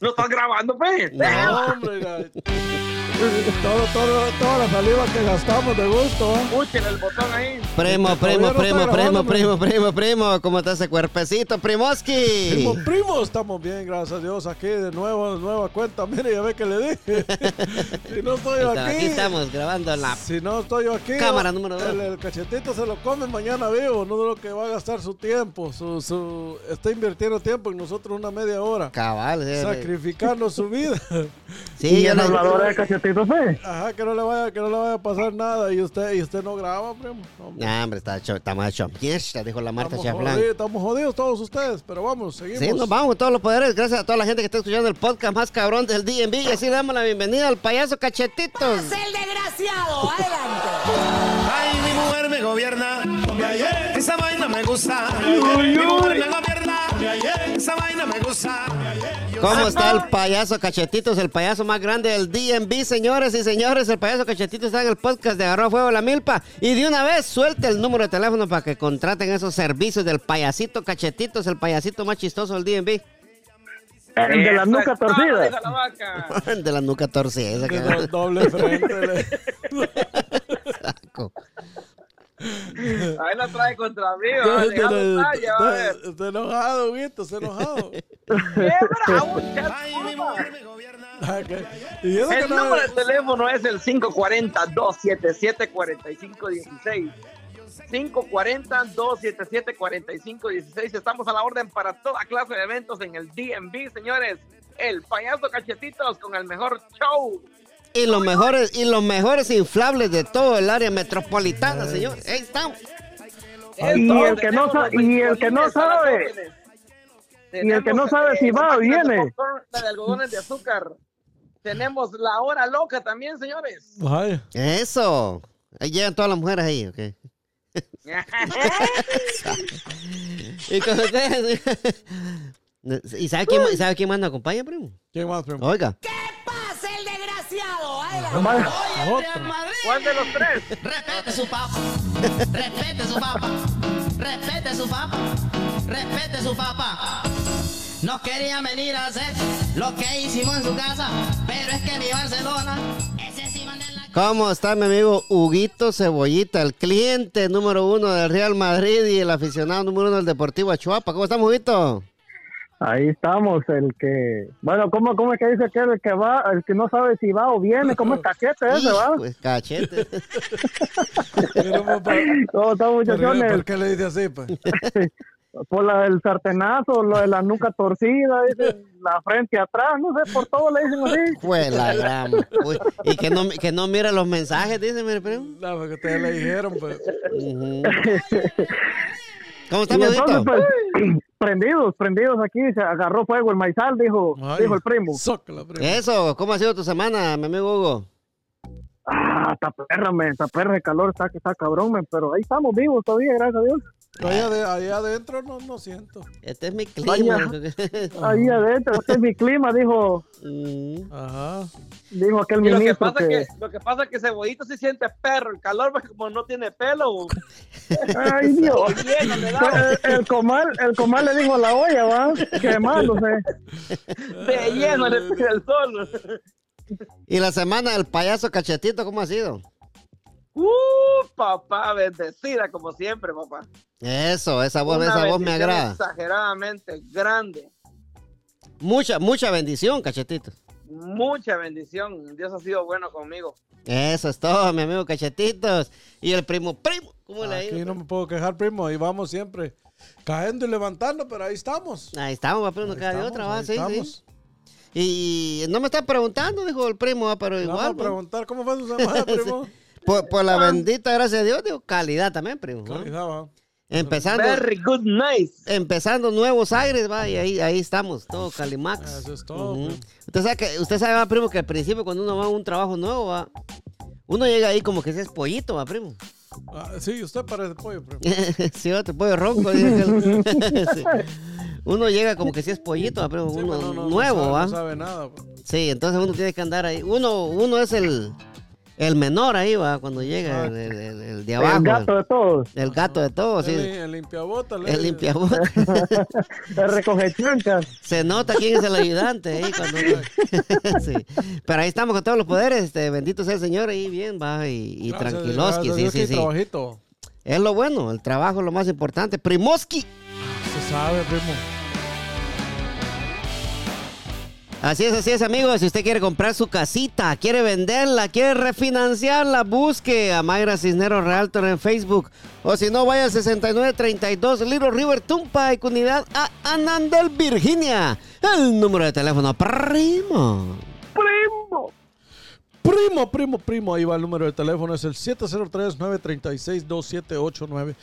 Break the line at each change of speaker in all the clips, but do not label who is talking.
¿No estás grabando, pues?
No, hombre. Toda la saliva que gastamos de gusto.
Escuchen el botón ahí.
Primo. ¿Cómo está ese cuerpecito, Primoski?
Primo, estamos bien, gracias a Dios. Aquí de nueva cuenta. Mire, ya ve que le dije. Si no estoy aquí.
Aquí estamos grabando la.
Si no estoy aquí.
Cámara número 2.
El cachetito se lo come mañana vivo. No de lo que va a gastar su tiempo. Está invirtiendo tiempo en nosotros una media hora.
Cabal.
Sacrificando su vida.
Sí, yo
habladora de cachetito, fe.
Ajá, que no le vaya a pasar nada. Y usted no graba, primo.
Nah, hombre, estamos hecho mierda, dijo la Marta Chaflán.
Estamos jodidos todos ustedes, pero vamos, seguimos.
Sí, nos vamos, todos los poderes. Gracias a toda la gente que está escuchando el podcast más cabrón del DMV. Y así le damos la bienvenida al payaso Cachetitos.
¡Pase el desgraciado! ¡Adelante!
Ay, mi mujer me gobierna. Esa vaina me gusta. Mi mujer me gobierna. Esa vaina me gusta.
¿Cómo está el payaso Cachetitos? El payaso más grande del DMV, señores y señores. El payaso Cachetitos está en el podcast de Agarró a Fuego la Milpa. Y de una vez suelte el número de teléfono para que contraten esos servicios del payasito Cachetitos, el payasito más chistoso del DMV.
El de la nuca torcida.
El de la nuca torcida. Esa que...
Doble frente.
Saco.
Ahí la trae contra mí.
Está enojado, Guito, está enojado.
¡Qué bravo!
Ay, mi mujer me gobierna.
El número de teléfono es el 540-277-4516. 540-277-4516. Estamos a la orden para toda clase de eventos en el DMV, señores. El payaso Cachetitos con el mejor show.
Y los mejores inflables de todo el área metropolitana, señor. Ahí estamos.
Y el que no sabe si va o viene.
La de algodones de azúcar. Tenemos la hora loca también, señores.
Ay.
Eso. Ahí llegan todas las mujeres ahí, ok. Y con ustedes. ¿Y sabe quién más nos acompaña, primo?
¿Quién más, primo?
Oiga.
¿Qué pasa el desgraciado? Adelante.
Oye, Real Madrid. ¿Cuál de los tres?
Respete su papa. Respete su papa. Respete su papa. Respete su papa. No querían venir a hacer lo que hicimos en su casa, pero es que mi Barcelona, ese sí manda en la...
¿Cómo está mi amigo Huguito Cebollita, el cliente número 1 del Real Madrid y el aficionado número 1 del Deportivo Achuapa? ¿Cómo estamos, Huguito?
Ahí estamos, el que... Bueno, ¿cómo es que dice aquel el que va, el que no sabe si va o viene? ¿Cómo es cachete ese, va?
Pues cachete.
¿Cómo están, muchachones?
¿Por qué le dice así, pues?
Por el sartenazo, lo de la nuca torcida, dice, la frente atrás, no sé, por todo le dicen así.
Fue la gran. Uy, y que no mira los mensajes, dice, mire, primo.
No, porque ustedes le dijeron, pues.
¿Cómo está,
y entonces,
Huguito?
pues, prendidos aquí, se agarró fuego el maizal, dijo el primo.
Zócala, primo.
Eso, ¿cómo ha sido tu semana, mi amigo Hugo?
Está perra, el calor está cabrón, pero ahí estamos vivos todavía, gracias a Dios.
Allá adentro no siento.
Este es mi clima.
Ahí adentro, este es mi clima, dijo.
Ajá.
Dijo aquel
Y
ministro
lo que pasa es que Cebollito sí siente perro, el calor, porque como no tiene pelo.
Ay, Dios. El comal le dijo a la olla, va, quemándose.
De lleno le pide el sol.
¿Y la semana del payaso Cachetito cómo ha sido?
Papá, bendecida como siempre, papá.
Eso, esa voz me agrada.
Exageradamente grande.
Mucha bendición, Cachetito.
Mucha bendición. Dios ha sido bueno conmigo.
Eso es todo, mi amigo Cachetitos. Y el primo, ¿cómo le ha ido?
Aquí no me puedo quejar, primo. Ahí vamos siempre cayendo y levantando, pero ahí estamos.
Ahí estamos, primo, no queda de otra, va, sí. Y no me está preguntando, dijo el primo, pero igual.
Vamos a preguntar cómo fue su semana, primo.
Por la bendita gracia de Dios, digo, calidad también, primo.
Calidad, va.
Empezando.
Very good, nice.
Empezando nuevos aires, va, y ahí estamos, todo Calimax.
Eso es todo.
Usted sabe, va, primo, que al principio cuando uno va a un trabajo nuevo, va, uno llega ahí como que si es pollito, va, primo.
Sí, usted parece pollo, primo.
Sí, otro pollo ronco. Sí. Uno llega como que si es pollito, va, primo, uno nuevo, va.
No sabe nada.
Sí, entonces uno tiene que andar ahí. Uno es el El menor ahí va cuando llega el de abajo.
El gato de todos.
El gato de todos, sí.
El limpiabotas.
El limpiabotas.
El recoge chancas.
Se nota quién es el ayudante ahí cuando... Sí. Pero ahí estamos con todos los poderes. Bendito sea el Señor, ahí bien va y tranquiloski. Sí.
Trabajito.
Es lo bueno, el trabajo es lo más importante. Primoski.
Se sabe, primo.
Así es, amigos. Si usted quiere comprar su casita, quiere venderla, quiere refinanciarla, busque a Mayra Cisneros Realtor en Facebook. O si no, vaya al 6932 Little River Tumpa y unidad a Anandel, Virginia. El número de teléfono, primo.
Ahí va el número de teléfono. Es el 703-936-2789.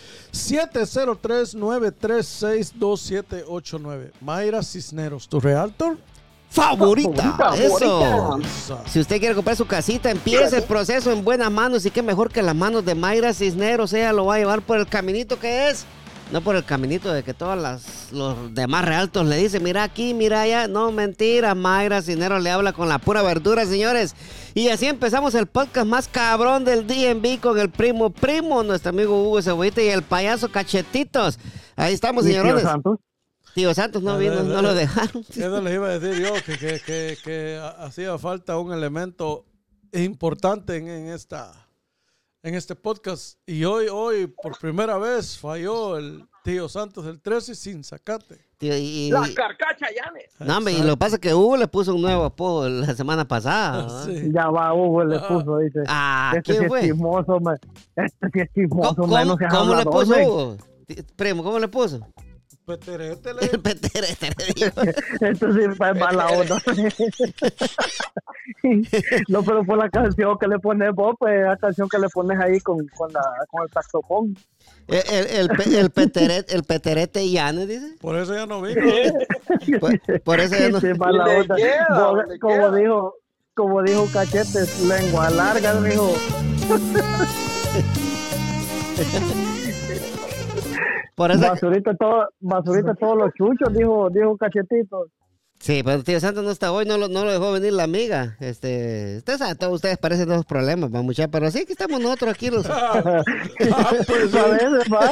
703-936-2789. Mayra Cisneros, tu Realtor
favorita. Eso.
Esa.
Si usted quiere comprar su casita, empiece el proceso en buenas manos. Y qué mejor que las manos de Mayra Cisneros. Ella lo va a llevar por el caminito que es. No por el caminito de que todos los demás realtos le dicen, mira aquí, mira allá. No, mentira, Mayra Cisneros le habla con la pura verdura, señores. Y así empezamos el podcast más cabrón del DMV con el primo, nuestro amigo Hugo Cebollita y el payaso Cachetitos. Ahí estamos, señores. Tío Santos no vino, no lo dejaron.
Eso les iba a decir yo, que hacía falta un elemento importante en este podcast. Y hoy por primera vez falló el tío Santos del 13 sin sacate.
Tío,
La carcacha Llanes.
No, hombre, y lo que pasa es que Hugo le puso un nuevo apodo la semana pasada.
Sí.
Ya va, Hugo le puso, dice.
¿Quién fue?
Es chismoso, man. Este sí es chismoso,
¿Cómo le puso Hugo? Primo, ¿cómo le puso?
Peterete
El peterete le dijo.
Esto sí fue mala onda. No, pero por la canción que le pones vos, pues la canción que le pones ahí con el saxofón.
El peterete Llanes, dice.
Por eso ya no vino.
Por eso ya no.
Sí, mala onda. Como dijo Cachetes, lengua larga, dijo.
Por eso...
basurita todos los chuchos, dijo Cachetito.
Sí, pero el tío Santos no está hoy, no lo dejó venir la amiga. Usted sabe, todos ustedes parecen dos problemas, muchachos, pero sí que estamos nosotros aquí los...
Pues, a veces va.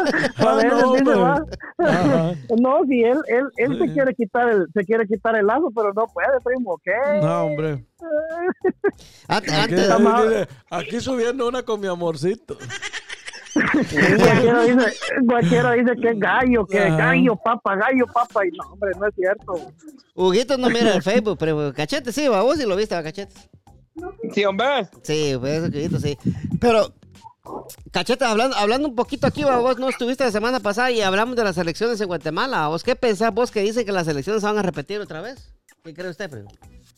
No, si él se quiere quitar el lazo, pero no puede, primo, ¿ok?
No, hombre. Aquí subiendo una con mi amorcito.
Cualquiera dice que es gallo, gallo papa, y no, hombre, no es cierto.
Huguito no mira el Facebook, pero Cachete sí, va, vos sí lo viste, va, Cachete.
Sí, hombre.
Sí, pues Huguito sí. Pero, Cachete, hablando un poquito aquí, va, vos no estuviste la semana pasada y hablamos de las elecciones en Guatemala. ¿Vos qué pensás vos que dicen que las elecciones se van a repetir otra vez? ¿Qué cree usted, primo?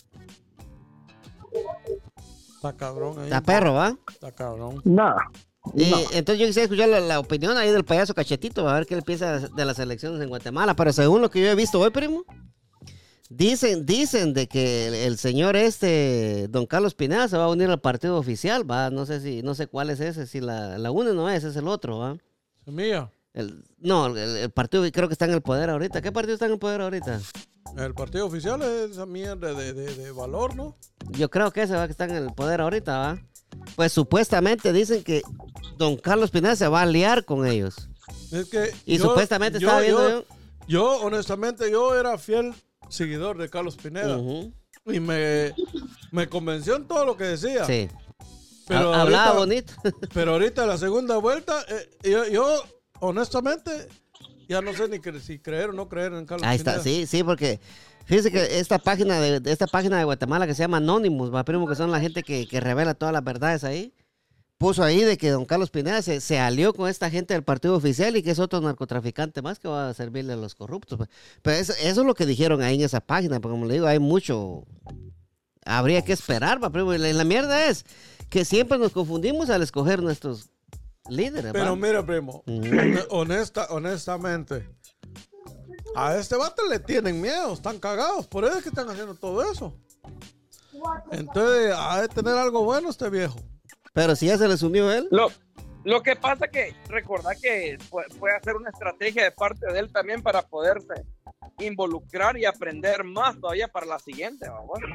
Está cabrón ahí.
Está perro, ¿va?
Está cabrón.
No.
Entonces yo quisiera escuchar la opinión ahí del payaso Cachetito, a ver qué le piensa de las elecciones en Guatemala. Pero según lo que yo he visto hoy, primo, dicen de que el señor don Carlos Pineda se va a unir al partido oficial, va, no sé cuál es ese, si la UNE no es el otro, va.
¿Semilla?
El partido creo que está en el poder ahorita. ¿Qué partido está en el poder ahorita?
El partido oficial es esa mierda de valor, ¿no?
Yo creo que ese va que está en el poder ahorita, va. Pues supuestamente dicen que don Carlos Pineda se va a aliar con ellos.
Es que
supuestamente estaba viendo
yo, honestamente, yo era fiel seguidor de Carlos Pineda.
Uh-huh.
Y me convenció en todo lo que decía.
Sí.
Pero
hablaba bonito.
Pero ahorita la segunda vuelta, yo honestamente ya no sé ni si creer o no creer en Carlos
Ahí
Pineda.
está, sí, porque fíjese que esta página de Guatemala que se llama Anonymous, va, primo, que son la gente que revela todas las verdades ahí, puso ahí de que don Carlos Pineda se alió con esta gente del partido oficial y que es otro narcotraficante más que va a servirle a los corruptos. Pero eso es lo que dijeron ahí en esa página, porque como le digo, hay mucho, habría que esperar, va, primo. Y la mierda es que siempre nos confundimos al escoger nuestros líderes.
Pero
va.
mira, primo, honestamente, a este vato le tienen miedo, están cagados, por eso es que están haciendo todo eso. Entonces, ha de tener algo bueno este viejo.
Pero si ya se le sumió él.
Lo que pasa que recordar que puede hacer una estrategia de parte de él también para poderse involucrar y aprender más todavía para la siguiente. Bueno.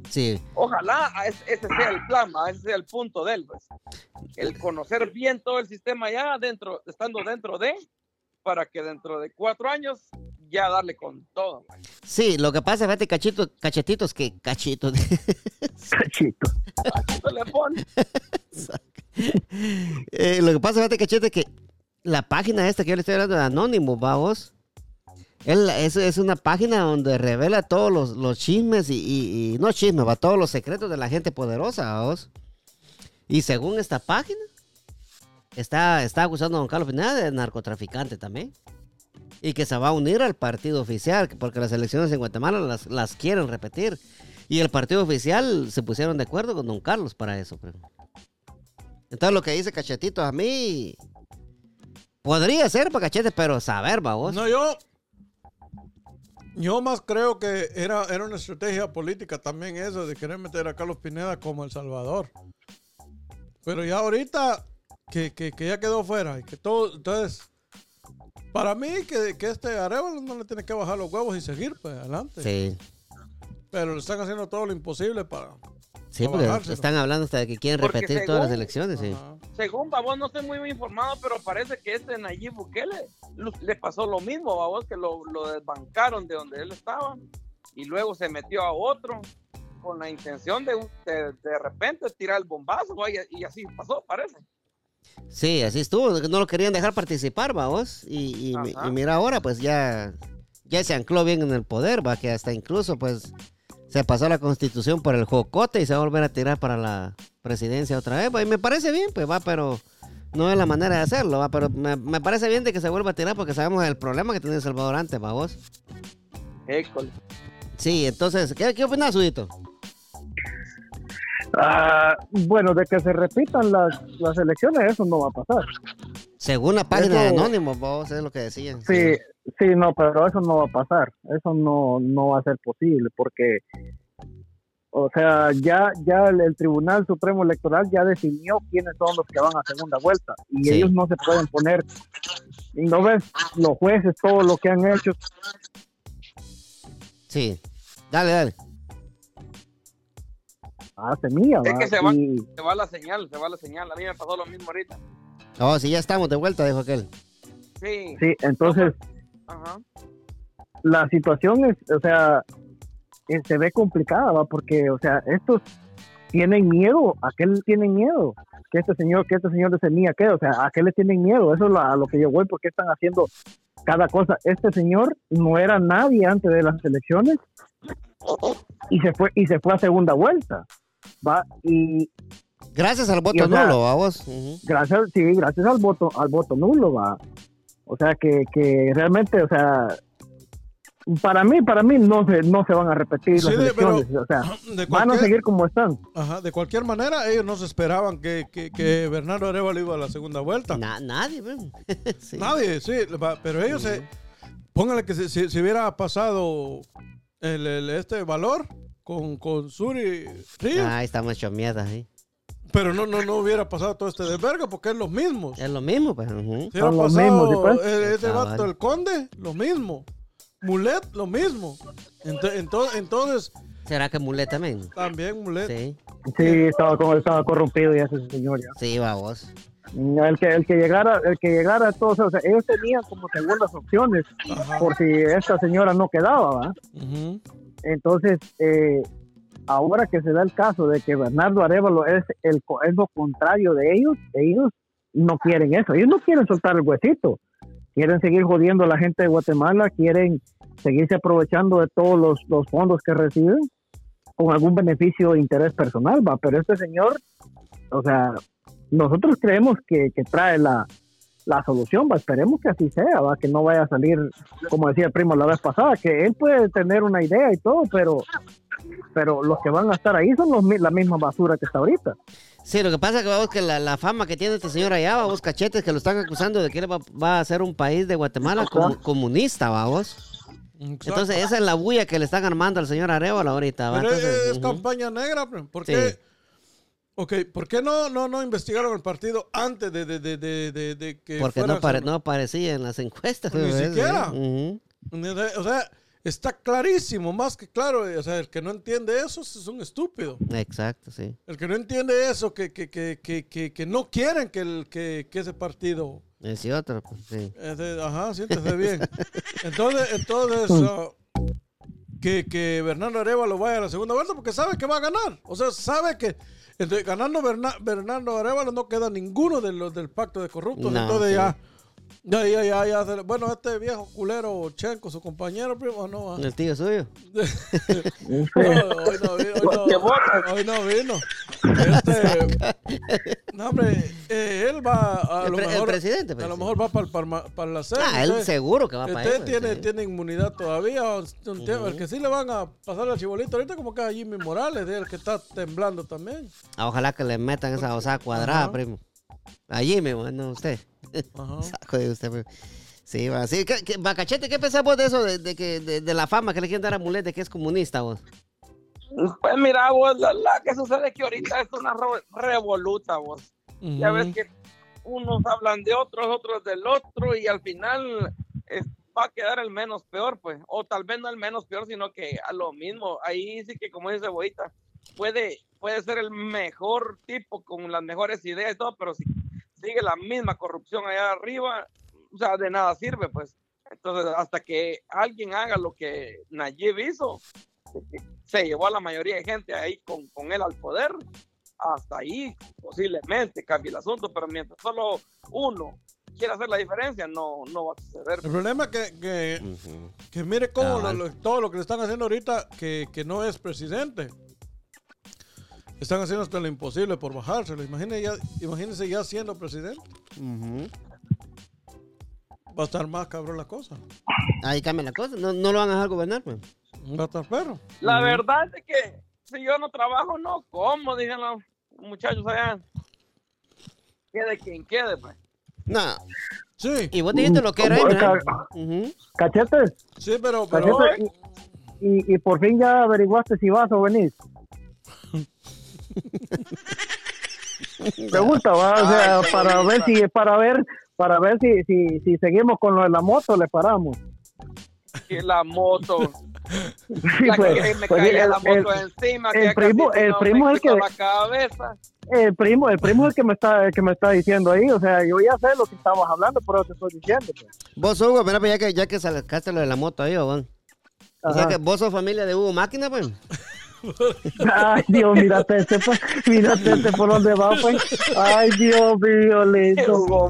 Sí.
Ojalá ese sea el plan, ese sea el punto de él, pues. El conocer bien todo el sistema ya estando dentro de, para que dentro de 4 años ya darle con todo. Man.
Sí, lo que pasa, fíjate, cachetitos, que cachitos.
Cachito.
Cachito le pone.
Lo que pasa, fíjate, cachete, que la página esta que yo le estoy hablando de Anónimo, vamos. Es una página donde revela todos los chismes y no chismes, va, todos los secretos de la gente poderosa, vamos. Y según esta página, está acusando a don Carlos Pineda de narcotraficante también. Y que se va a unir al partido oficial, porque las elecciones en Guatemala las quieren repetir. Y el partido oficial se pusieron de acuerdo con don Carlos para eso. Pero. Entonces lo que dice Cachetito a mí podría ser para Cachete, pero saber, vamos.
No, yo más creo que era una estrategia política también eso de querer meter a Carlos Pineda como El Salvador. Pero ya ahorita que ya quedó fuera y que todo, entonces para mí que este Arévalo no le tiene que bajar los huevos y seguir pues adelante.
Sí.
Pero le están haciendo todo lo imposible para
Sí, porque
bajárselo.
están hablando hasta de que quieren
Porque
repetir todas las elecciones, sí.
Según babos, no estoy muy informado, pero parece que Nayib Bukele le pasó lo mismo, babos, que lo desbancaron de donde él estaba y luego se metió a otro con la intención de repente tirar el bombazo, y así pasó, parece.
Sí, así estuvo, no lo querían dejar participar, vamos, y mira ahora, pues ya se ancló bien en el poder, va, que hasta incluso, pues, se pasó la Constitución por el jocote y se va a volver a tirar para la presidencia otra vez, va, y me parece bien, pues, va, pero no es la manera de hacerlo, va, pero me parece bien de que se vuelva a tirar porque sabemos el problema que tenía El Salvador antes, va, vos.
École.
Sí, entonces, ¿qué opinas, Sudito?
Bueno, de que se repitan las elecciones, eso no va a pasar.
Según la página de
Eso-
Anónimos, vos, es lo que decían.
Sí, no, pero eso no va a pasar. Eso no va a ser posible porque, o sea, ya el Tribunal Supremo Electoral ya definió quiénes son los que van a segunda vuelta y
Sí.
ellos no se pueden poner. Y no ves los jueces todo lo que han hecho.
Sí, dale.
Semilla,
Es
¿va?
que se va
Y-
la señal. A mí me pasó lo mismo ahorita.
Oh, sí, ya estamos de vuelta, dijo aquel.
Sí.
sí, entonces
Ajá.
la situación es, o sea, se ve complicada, ¿va? Porque, o sea, estos tienen miedo, ¿a qué le tienen miedo? Que este señor de Semilla, ¿qué? O sea, ¿a qué le tienen miedo? Eso es a lo que yo voy, porque están haciendo cada cosa. Este señor no era nadie antes de las elecciones y se fue a segunda vuelta, ¿va? Y
Gracias al voto
o sea,
nulo, vamos. Ujú.
gracias al voto nulo, ¿va? O sea, que realmente, o sea, para mí no se van a repetir
Sí,
las elecciones,
pero
o sea,
de
van a seguir como están.
Ajá, de cualquier manera, ellos no se esperaban que Bernardo Arévalo iba a la segunda vuelta.
Nadie, ven. Sí.
Nadie, sí, pero ellos póngale que si hubiera pasado este valor con Suri Ríos,
Ahí estamos hechos mierda, sí.
pero no hubiera pasado todo este desverga porque es los mismos.
Es lo mismo, pues. Ujú.
Si hubiera
Son los
pasado
mismos, ¿sí, pues?
este
Cabal.
vato del Conde, lo mismo. Mulet, lo mismo. Entonces,
¿Será que Mulet también?
también Mulet.
Sí.
Sí, estaba corrompido ya ese señor ya.
Sí, vamos.
El que llegara a todos, o sea, ellos tenían como segundas opciones
Ajá.
por si esta señora no quedaba, ¿va?
Ujú.
Entonces, ahora que se da el caso de que Bernardo Arévalo es lo contrario de ellos no quieren eso, ellos no quieren soltar el huesito, quieren seguir jodiendo a la gente de Guatemala, quieren seguirse aprovechando de todos los fondos que reciben con algún beneficio de interés personal, va, pero este señor, o sea, nosotros creemos que trae la solución, va, esperemos que así sea, va, que no vaya a salir, como decía el primo la vez pasada, que él puede tener una idea y todo, pero los que van a estar ahí son la misma basura que está ahorita.
Sí, lo que pasa es que vamos que la fama que tiene este señor allá, vamos, cachetes, que lo están acusando de que él va a ser un país de Guatemala comunista, vamos.
Exacto.
Entonces esa es la bulla que le están armando al señor Arévalo ahorita, ¿va?
Pero
Entonces,
es
ujú.
campaña negra, ¿por
Sí.
qué? Ok, ¿por qué no investigaron el partido antes de que
Porque
fuera
no aparecía en las encuestas.
Ni
¿ves?
siquiera.
Ujú.
O sea, está clarísimo, más que claro. O sea, el que no entiende eso es un estúpido.
Exacto, sí.
El que no entiende eso, que no quieren que ese partido...
Ese otro, pues, sí.
Ajá, siéntese bien. Entonces que Bernardo Arévalo vaya a la segunda vuelta porque sabe que va a ganar. O sea, sabe que ganando Bernardo Arévalo no queda ninguno de los del pacto de corruptos.
No,
Entonces
sí.
ya. Bueno, este viejo culero Chenco, su compañero, primo, no.
El tío suyo.
Hoy no vino. No, hombre, él va a lo mejor.
El presidente,
a lo mejor va para la sede.
Él seguro que va para
Usted
eso.
tiene inmunidad todavía. El que sí le van a pasar al chibolito ahorita como que a Jimmy Morales, el que está temblando también.
Ojalá que le metan esa osada cuadrada,
Ajá.
primo. Allí me no usted.
Ajá.
Saco de usted, primo. Sí, va. Sí, Bacachete, ¿qué pensás vos de eso? De la fama que le quieren dar a Mulet de que es comunista, vos.
Pues mira, vos, la que sucede es que ahorita es una revoluta, vos. Ya ves que unos hablan de otros, otros del otro, y al final va a quedar el menos peor, pues. O tal vez no el menos peor, sino que a lo mismo. Ahí sí que, como dice Boita, puede ser el mejor tipo con las mejores ideas y todo, pero si sigue la misma corrupción allá arriba, o sea, de nada sirve, pues. Entonces, hasta que alguien haga lo que Nayib hizo, se llevó a la mayoría de gente ahí con él al poder, hasta ahí posiblemente cambie el asunto, pero mientras solo uno quiere hacer la diferencia, no va a suceder.
El problema es que mire cómo todo lo que le están haciendo ahorita, que no es presidente. Están haciendo hasta lo imposible por bajárselo. Imagínense ya siendo presidente. Va a estar más cabrón la cosa.
Ahí cambia la cosa. No lo van a dejar gobernar, pues.
Va a estar perro.
La verdad es que si yo no trabajo, no como, digan los muchachos allá. Quede quien quede, pues.
No.
Sí.
Y vos dijiste lo que era, ¿verdad?
Cachete.
Sí, pero
Cachete, y por fin ya averiguaste si vas o venís. Pregunta, ¿va? O sea, para ver si seguimos con lo de la moto, le paramos.
Que la moto.
Sí,
La
pues,
que me
pues,
caía la moto encima.
el
que
primo
casi
es el que
la cabeza.
el primo es el que me está diciendo ahí, o sea, yo ya sé lo que estamos hablando, pero te estoy diciendo, pues.
Vos, Hugo, mira, pues, ya que sacaste lo de la moto ahí, ¿o? O sea que vos sos familia de Hugo Máquina, pues.
Ay, Dios, mírate este por donde va, pues. Ay, Dios mío, lindo.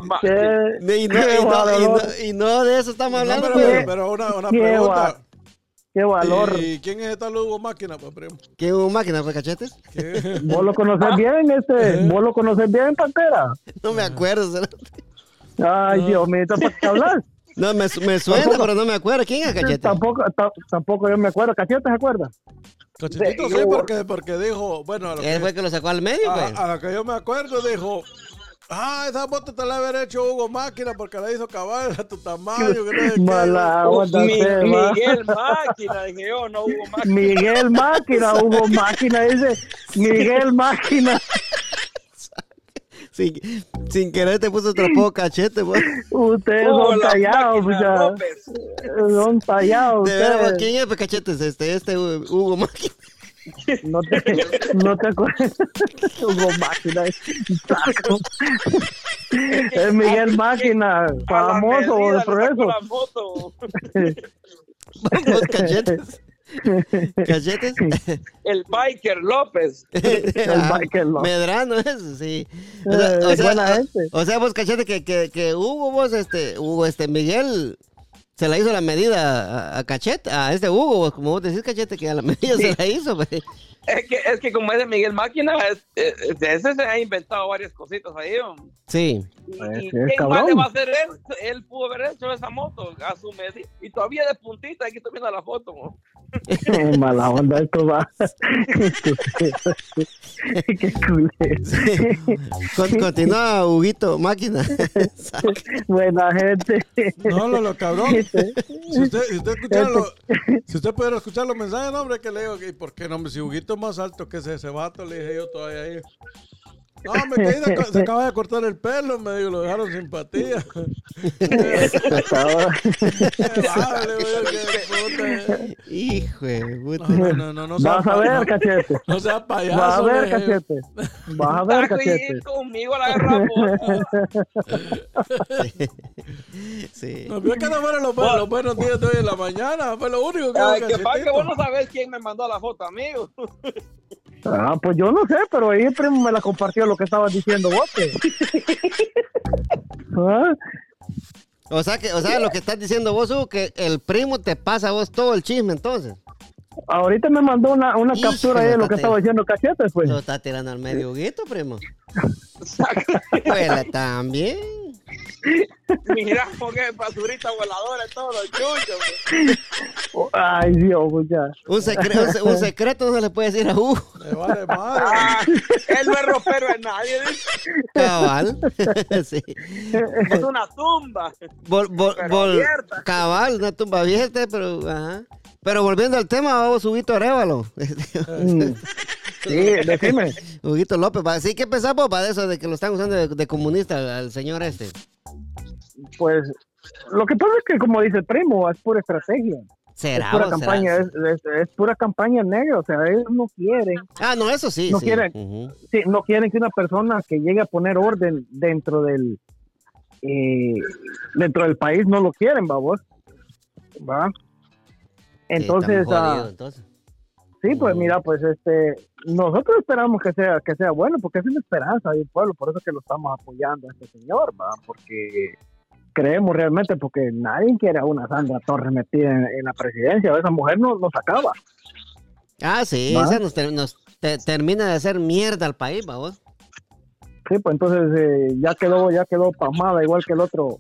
Y no de eso estamos hablando,
pero una pregunta.
Qué valor.
¿Y quién es esta Hugo Máquina, pues, primo?
¿Qué Hugo Máquina, pues, Cachetes?
¿Vos lo conocés bien, ¿Vos lo conocés bien, Pantera?
No me acuerdo.
Ay, Dios mío, ¿para qué hablas?
No, me suena, pero no me acuerdo. ¿Quién es Cachete?
Tampoco yo me acuerdo. ¿Cachete se acuerda?
Cachetito sí, porque dijo, bueno,
Él fue el que lo sacó al medio, pues.
A lo que yo me acuerdo, dijo, esa moto te la haber hecho Hugo Máquina porque la hizo cabal a tu tamaño.
Mala onda,
Miguel Máquina, dije yo, no Hugo Máquina.
Miguel Máquina, Hugo Máquina, dice Miguel Máquina.
Sin querer te puso otro poco Cachete, pues.
Ustedes son tallados, son tallados.
De verdad, ¿quién es, pues, Cachetes? Este Hugo Máquina.
No te acuerdas. Hugo Máquina. Es Miguel Máquina, famoso de Progreso.
Vamos, Cachetes. ¿Cachetes?
El Biker López.
El Biker López.
Medrano, eso, sí. O sea, vos, Cachete, que Hugo, vos, Hugo, Miguel se la hizo la medida a Cachete, a Hugo, vos, como vos decís, Cachete, que a la medida se la hizo, pues.
Es que como es de Miguel Máquina, ese se ha inventado varias cositas ahí.
Sí.
¿Y quién más le va a hacer él? Él pudo haber hecho esa moto a su medida. Y todavía de puntita, aquí estoy viendo la foto.
Mala onda, esto va. Qué culero.
Sí. Continúa, Huguito Máquina.
Buena gente.
No, cabrón. Si usted pudiera escuchar los mensajes, no, hombre, que le digo, ¿y por qué no? Si Huguito es más alto que ese vato, le dije yo todavía ahí. No, se acaba de cortar el pelo, me digo, lo dejaron sin patilla.
Hijo de puta.
No.
Vas a ver, cachete.
No seas payaso.
Vas a ver, cachete. Vas a ver,
Taco, y
cachete.
conmigo la agarramos.
Sí.
No, es que no fueron los buenos días de hoy en la mañana. Fue lo único que
Ay,
hago,
que pasa que
cachetito.
vos no sabés quién me mandó la foto, amigo.
Ah, pues yo no sé, pero ahí el primo me la compartió lo que estabas diciendo vos. ¿Qué? ¿Ah?
O sea, lo que estás diciendo vos, Hugo, que el primo te pasa a vos todo el chisme, entonces.
Ahorita me mandó una
Híjole,
captura ahí de lo que
tate.
estaba diciendo Cachete, pues.
Lo está tirando al medio, Huguito, primo. Huela también.
Mira, porque basurita voladora y todo, chucho.
Ay, Dios, pues ya.
Un secreto no se le puede decir a Hugo.
Me vale madre.
Ah, él no es ropero de nadie, dice.
Cabal. Sí.
Es una tumba. Pero abierta.
Cabal, una tumba abierta, pero ajá. Pero volviendo al tema, vamos, Huguito Arévalo.
Sí, decime.
Huguito López, ¿va? ¿Sí qué pensás vos, de eso de que lo están usando de comunista al señor este?
Pues lo que pasa es que, como dice el primo, es pura estrategia.
¿Será
Es pura
o
campaña,
será?
es pura campaña negra. O sea, ellos no quieren.
Ah, no, eso sí.
No
sí.
quieren.
Ujú.
Sí, no quieren que una persona que llegue a poner orden dentro del país no lo quieren, babos. ¿Va? Entonces,
Sí, estamos jodidos, entonces.
sí, pues mira, pues nosotros esperamos que sea bueno, porque es una esperanza del pueblo, por eso que lo estamos apoyando a este señor, ¿va? Porque creemos realmente, porque nadie quiere a una Sandra Torres metida en la presidencia, esa mujer nos acaba.
Ah, sí,
¿Va?
esa nos termina de hacer mierda al país, vamos.
Sí, pues entonces ya quedó pasmada igual que el otro.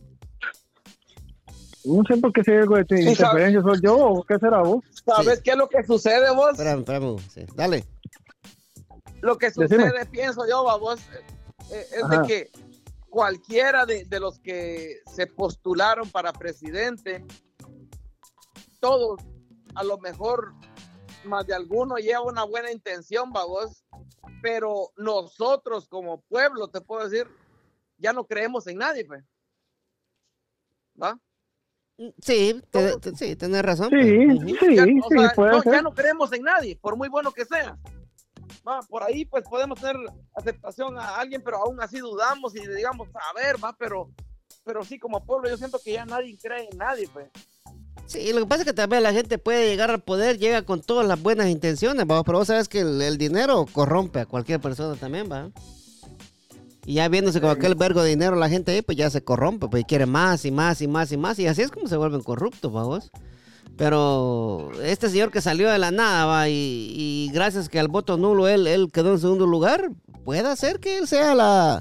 No sé por qué si hay algo de interferencia, ¿soy yo o qué será vos?
¿Sabes qué es lo que sucede, vos?
Espérame, sí. Dale.
Lo que sucede,
Decime.
pienso yo, vos, es
Ajá.
de que cualquiera de los que se postularon para presidente, todos, a lo mejor, más de alguno lleva una buena intención, vos, pero nosotros como pueblo, te puedo decir, ya no creemos en nadie, pues. ¿Va?
Sí, sí, tenés razón.
Sí,
pues. Ujú.
sí,
Ya,
sí,
o sea,
puede ser.
ya no creemos en nadie, por muy bueno que sea. Va, por ahí pues podemos tener aceptación a alguien, pero aún así dudamos y digamos, a ver, va, pero sí, como pueblo yo siento que ya nadie cree en nadie, pues.
Sí, lo que pasa es que también la gente puede llegar al poder, llega con todas las buenas intenciones, ¿va? Pero vos sabes que el dinero corrompe a cualquier persona también, ¿va? Y ya viéndose con aquel vergo de dinero la gente ahí, pues ya se corrompe, pues y quiere más y más y más y más, y así es como se vuelven corruptos, ¿va vos? Pero este señor que salió de la nada, ¿va? Y gracias que al voto nulo él quedó en segundo lugar, puede ser que él sea la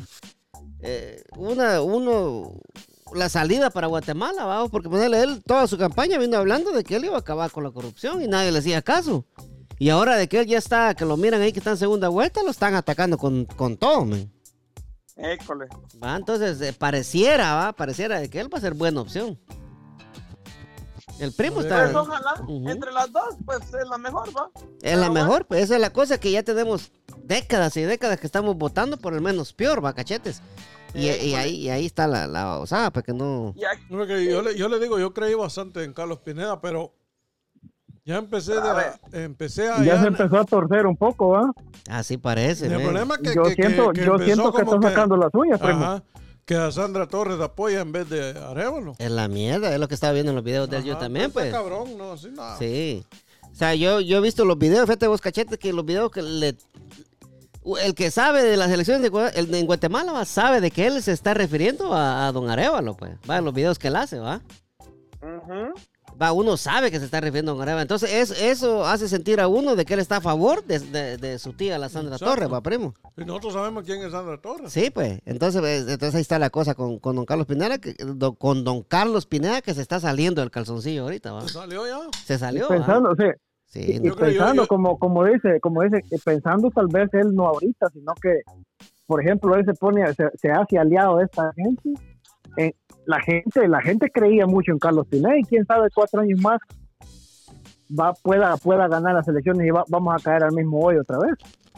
salida para Guatemala, ¿va? Porque ponerle él toda su campaña vino hablando de que él iba a acabar con la corrupción y nadie le hacía caso. Y ahora de que él ya está, que lo miran ahí que está en segunda vuelta, lo están atacando con todo, man.
École.
¿Va? Entonces pareciera de que él va a ser buena opción. El primo
Pues
está...
ojalá,
Ujú.
entre las dos, pues es la mejor, va.
Es la
Pero
mejor, pues esa es la cosa que ya tenemos décadas y décadas que estamos votando por el menos peor, va, cachetes. Y ahí está la osada, para que no...
Y aquí,
No, que yo le digo, yo creí bastante en Carlos Pineda, pero ya empecé
Ya
a...
se empezó a torcer un poco, ¿va?
Así parece,
El
¿ve?
problema es que,
Yo
que
siento que
empezó
está
como
sacando las uñas, primo.
Ajá, que a Sandra Torres apoya en vez de Arévalo.
Es la mierda, es lo que estaba viendo en los videos de él yo
Ajá,
también,
está
pues.
cabrón, no, así nada.
Sí. O sea, yo he visto los videos, fíjate vos, cachetes, que los videos que el que sabe de las elecciones en Guatemala, va, sabe de que él se está refiriendo a don Arévalo, pues. Va, los videos que él hace, va.
ujú.
Va, uno sabe que se está refiriendo a don Arévalo. Entonces, eso hace sentir a uno de que él está a favor de su tía, la Sandra
Exacto.
Torres, va, primo.
Y nosotros sabemos quién es Sandra Torres.
Sí, pues. Entonces ahí está la cosa con don Carlos Pineda, con don Carlos Pineda que se está saliendo del calzoncillo ahorita, va.
¿Se salió ya?
Se salió, ¿va?
Pensando, sí.
Sí,
Y
no.
pensando, como dice, pensando tal vez él no ahorita, sino que, por ejemplo, él se hace aliado de esta gente. La gente creía mucho en Carlos Pineda y quién sabe 4 años más pueda ganar las elecciones y vamos a caer al mismo hoyo otra vez.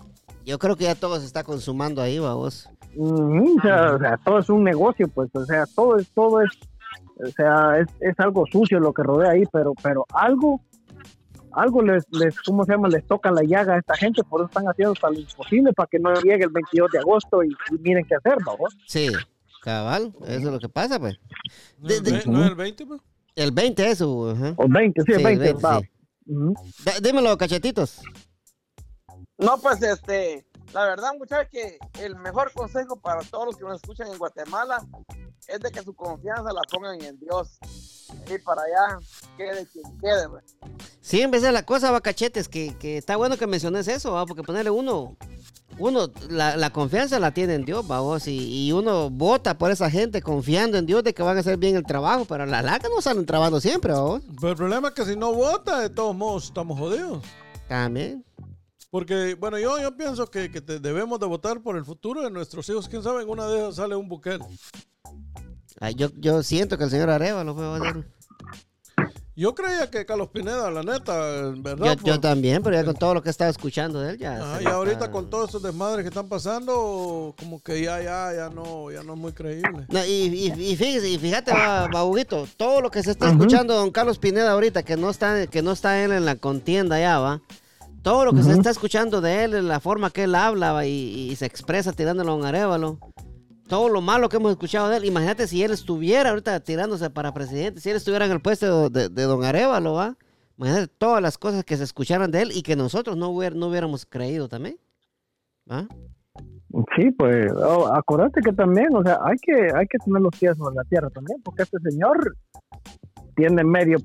Yo creo que ya todo se está consumando ahí, vos.
O sea, todo es un negocio, pues, o sea, todo es, o sea, es algo sucio lo que rodea ahí, pero algo les, ¿cómo se llama? Les toca la llaga a esta gente, por eso están haciendo hasta lo imposible para que no llegue el 22 de agosto y miren qué hacer, ¿no?
Sí, cabal, eso es lo que pasa, pues.
¿No es el 20, pues?
El 20 eso, ajá.
O 20, sí, el 20, va.
sí. Dímelo, cachetitos.
No, pues la verdad, muchachos, que el mejor consejo para todos los que nos escuchan en Guatemala es de que su confianza la pongan en Dios. Y para allá, quede quien quede, güey.
Sí, en vez de la cosa, va, cachetes, que está bueno que menciones eso, ¿va? Porque ponerle uno la confianza la tiene en Dios, vamos, y uno vota por esa gente confiando en Dios de que van a hacer bien el trabajo, pero la laca no salen trabajando siempre, vamos.
Pero el problema es que si no vota, de todos modos estamos jodidos.
También.
Porque, bueno, yo pienso que debemos de votar por el futuro de nuestros hijos. ¿Quién sabe? En una de esas sale un Bukele.
Ay, yo siento que el señor Arevalo fue a hacer.
Yo creía que Carlos Pineda, la neta, ¿verdad?
Yo también, pero ya con todo lo que he estado escuchando de él, ya.
Y ahorita con todos esos desmadres que están pasando, como que ya no es muy creíble.
No, y fíjate, Huguito, todo lo que se está escuchando de don Carlos Pineda ahorita, que no está él en la contienda ya, va. Todo lo que se está escuchando de él, la forma que él habla y se expresa tirándolo a don Arevalo, todo lo malo que hemos escuchado de él, imagínate si él estuviera ahorita tirándose para presidente, si él estuviera en el puesto de don Arevalo, ¿va? Imagínate todas las cosas que se escucharan de él y que nosotros no hubiéramos creído también, ¿va?
Sí, pues, acuérdate que también, o sea, hay que tener los pies sobre la tierra también, porque este señor tiene medio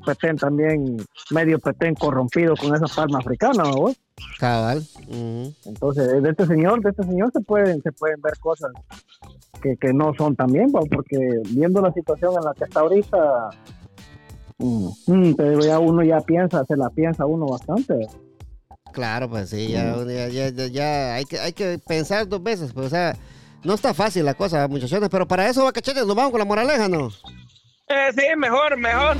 petén corrompido con esa palma africana, ¿no?
Cabal.
Entonces, de este señor se pueden ver cosas que no son también, ¿no? Porque viendo la situación en la que está ahorita, pero ya uno se la piensa uno bastante.
Claro, pues sí, ya hay que pensar dos veces, pues, o sea, no está fácil la cosa, muchachones, pero para eso, va, cachetes, nos vamos con la moraleja, ¿no?
Sí, mejor.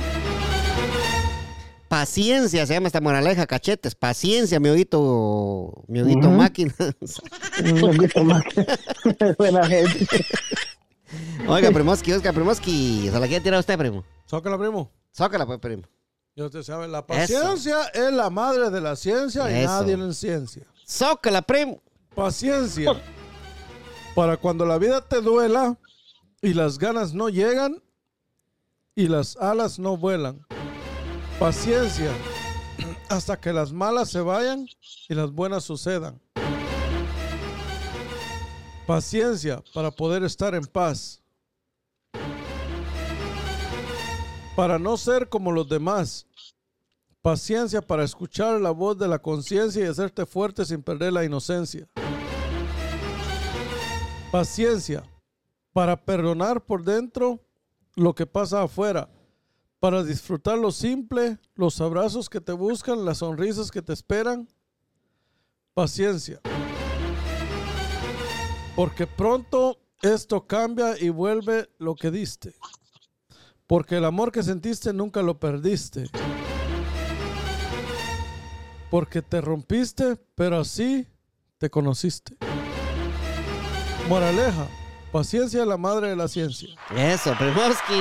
Paciencia se llama esta moraleja, cachetes. Paciencia, mi oguito máquina.
Mi oguito máquina. Buena gente.
Oiga, Oscar Primoski, ¿se la quiere tirar usted, primo?
Sócala, primo.
Sócala, pues, primo.
Ya usted sabe, la paciencia es la madre de la ciencia y nadie en ciencia.
Sócala, primo.
Paciencia. Para cuando la vida te duela y las ganas no llegan y las alas no vuelan. Paciencia hasta que las malas se vayan y las buenas sucedan. Paciencia para poder estar en paz. Para no ser como los demás. Paciencia para escuchar la voz de la conciencia y hacerte fuerte sin perder la inocencia. Paciencia para perdonar por dentro lo que pasa afuera, para disfrutar lo simple, los abrazos que te buscan, las sonrisas que te esperan. Paciencia. Porque pronto esto cambia y vuelve lo que diste. Porque el amor que sentiste nunca lo perdiste. Porque te rompiste, pero así te conociste. Moraleja. Paciencia es la madre de la ciencia.
Eso, Primoski.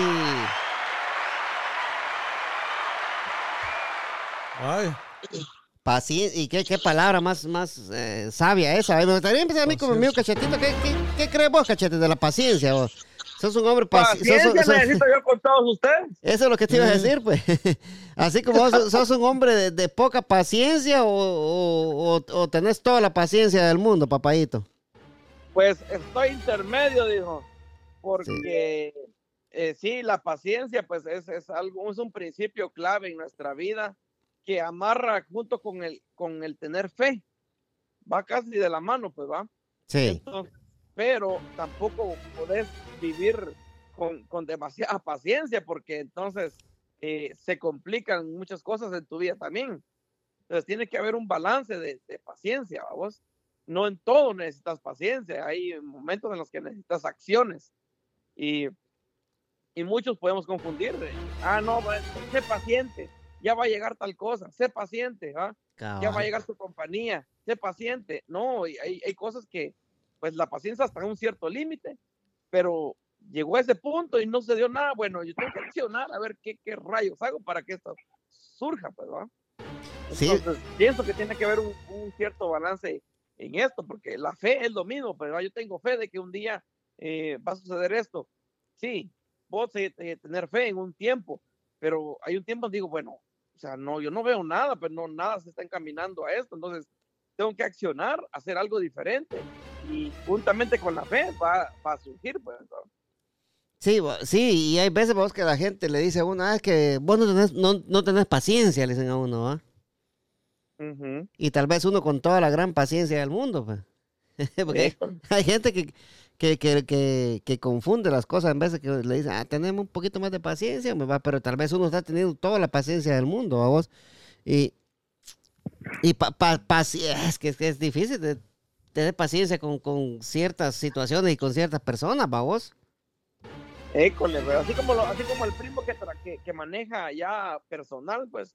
Ay.
Paciencia. ¿Y qué palabra más sabia esa? Me gustaría empezar a mí como mío, cachetito. ¿Qué crees vos, cachete, de la paciencia, vos? Sos un hombre
paciencia. Necesito yo con todos ustedes.
Eso es lo que te iba a decir, pues. Así como vos sos un hombre de poca paciencia o tenés toda la paciencia del mundo, papadito.
Pues estoy intermedio, dijo, porque sí, la paciencia pues es un principio clave en nuestra vida que amarra junto con el tener fe, va casi de la mano, pues va.
Sí.
Entonces, pero tampoco podés vivir con demasiada paciencia porque entonces se complican muchas cosas en tu vida también. Entonces tiene que haber un balance de paciencia, vamos. No en todo necesitas paciencia, hay momentos en los que necesitas acciones y muchos podemos confundir no, sé paciente, ya va a llegar tal cosa, sé paciente, ¿ah? ya va a llegar tu compañía, sé paciente. No, y hay cosas que, pues la paciencia hasta un cierto límite, pero llegó a ese punto y no se dio nada. Bueno, yo tengo que accionar a ver qué rayos hago para que esto surja, pues, ¿va? Entonces, pienso que tiene que haber un cierto balance en esto, porque la fe es lo mismo, pero yo tengo fe de que un día va a suceder esto. Sí, vos tener fe en un tiempo, pero hay un tiempo digo, bueno, o sea, no, yo no veo nada, pero no, nada se está encaminando a esto, entonces tengo que accionar, hacer algo diferente, y juntamente con la fe va a surgir, pues, ¿no?
Sí, y hay veces vos que la gente le dice a uno, es que vos no tenés paciencia, le dicen a uno, ¿va?
Uh-huh.
Y tal vez uno con toda la gran paciencia del mundo, pues. Porque hay gente que confunde las cosas en vez de que le dicen, tenemos un poquito más de paciencia, pero tal vez uno está teniendo toda la paciencia del mundo, ¿va vos? Y es que es difícil de tener paciencia con ciertas situaciones y con ciertas personas, ¿va vos?
Pero así como el primo que maneja ya personal, pues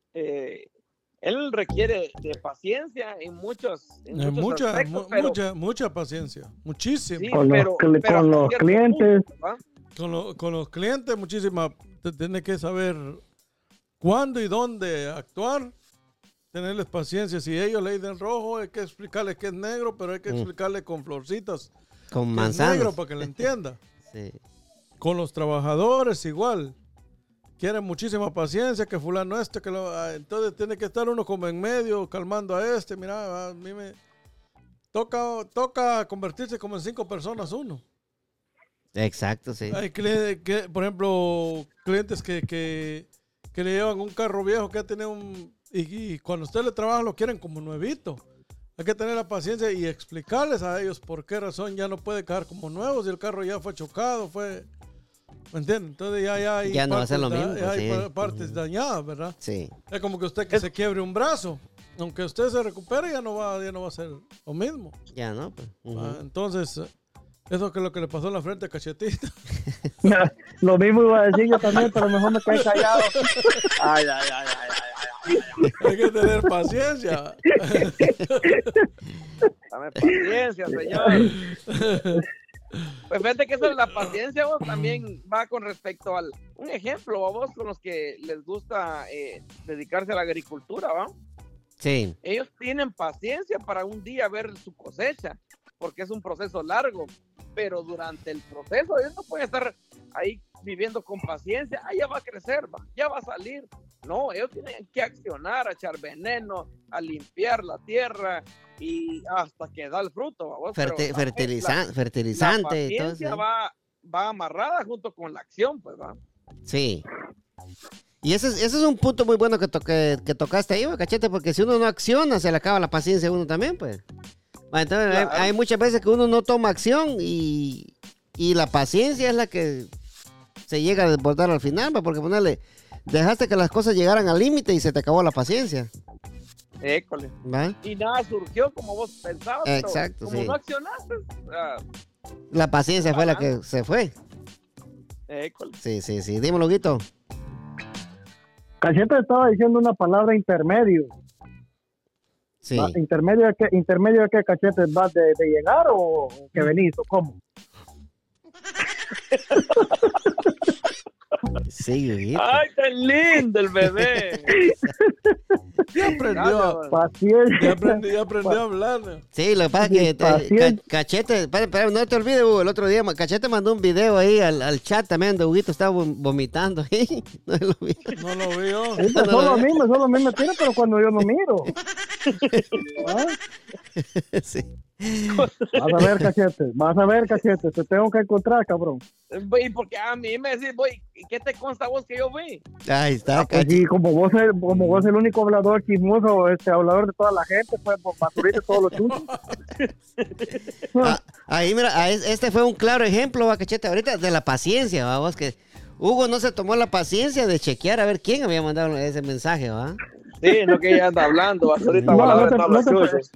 él requiere de paciencia en muchos aspectos,
mucha paciencia, muchísimo.
Sí,
con los clientes.
Punto,
con los clientes, muchísima. Tiene que saber cuándo y dónde actuar, tenerles paciencia. Si ellos le dicen rojo, hay que explicarles que es negro, pero hay que explicarle con florcitas,
con
que
manzanas,
es negro para que le entienda.
Sí.
Con los trabajadores igual. Quieren muchísima paciencia, que fulano entonces tiene que estar uno como en medio, calmando a mira, a mí me toca convertirse como en 5 personas uno.
Exacto, sí.
Hay por ejemplo, clientes que le llevan un carro viejo que ha tenido y cuando usted le trabaja lo quieren como nuevito. Hay que tener la paciencia y explicarles a ellos por qué razón ya no puede quedar como nuevo si el carro ya fue chocado, ¿me entiendes? Entonces ya
no va a ser lo mismo.
Ya hay partes dañadas, ¿verdad?
Sí.
Es como que usted se quiebre un brazo, aunque usted se recupere ya no va a ser lo mismo.
Ya no, pues.
Entonces, eso que es lo que le pasó en la frente a Cachetito.
Lo mismo iba a decir yo también, pero mejor me quedé callado.
Ay.
Hay que tener paciencia.
Dame paciencia, señor. Pues fíjate que eso de la paciencia, vos, también va con respecto un ejemplo, a vos con los que les gusta dedicarse a la agricultura, ¿va?
Sí.
Ellos tienen paciencia para un día ver su cosecha, porque es un proceso largo, pero durante el proceso ellos no pueden estar ahí viviendo con paciencia, ya va a crecer, ya va a salir. No, ellos tienen que accionar, a echar veneno, a limpiar la tierra y hasta que da el fruto.
Fertilizante.
La paciencia va amarrada junto con la acción, pues, ¿va?
Sí. Y ese es un punto muy bueno que tocaste ahí, Cachete, porque si uno no acciona, se le acaba la paciencia a uno también, pues. Entonces, claro. hay muchas veces que uno no toma acción y la paciencia es la que se llega a desbordar al final, porque dejaste que las cosas llegaran al límite y se te acabó la paciencia.
École.
¿Va?
Y nada surgió como vos pensabas.
Exacto,
como
sí.
no accionaste.
La paciencia fue la que se fue.
École.
Sí. Dímelo, Guito.
Cachete estaba diciendo una palabra intermedio.
Sí.
¿Intermedio de qué, Cachete? ¿Vas de llegar o que venís o cómo?
Sí, Guito.
Ay, tan lindo el bebé.
Ya aprendió.
Paciencia.
Ya aprendió a hablar.
Sí, lo que pasa es que Cachete, espera, no te olvides, Hugo, el otro día Cachete mandó un video ahí al chat también donde Huguito estaba vomitando ahí. No lo vi.
No lo vio.
Sí, pues solo a mí me tira, pero cuando yo no miro. ¿Ah?
Sí.
Vas a ver, Cachete, te tengo que encontrar, cabrón.
Y porque a mí me decís, ¿qué te consta vos que yo vi?
Ahí está,
y como vos el único hablador chismoso, hablador de toda la gente, pues basuriste todos los chuchos.
Ahí mira, este fue un claro ejemplo, Cachete, ahorita de la paciencia, vamos, que Hugo no se tomó la paciencia de chequear a ver quién había mandado ese mensaje, ¿va?
Sí, no que ella anda hablando, ahorita va a hablar de todos los chuchos.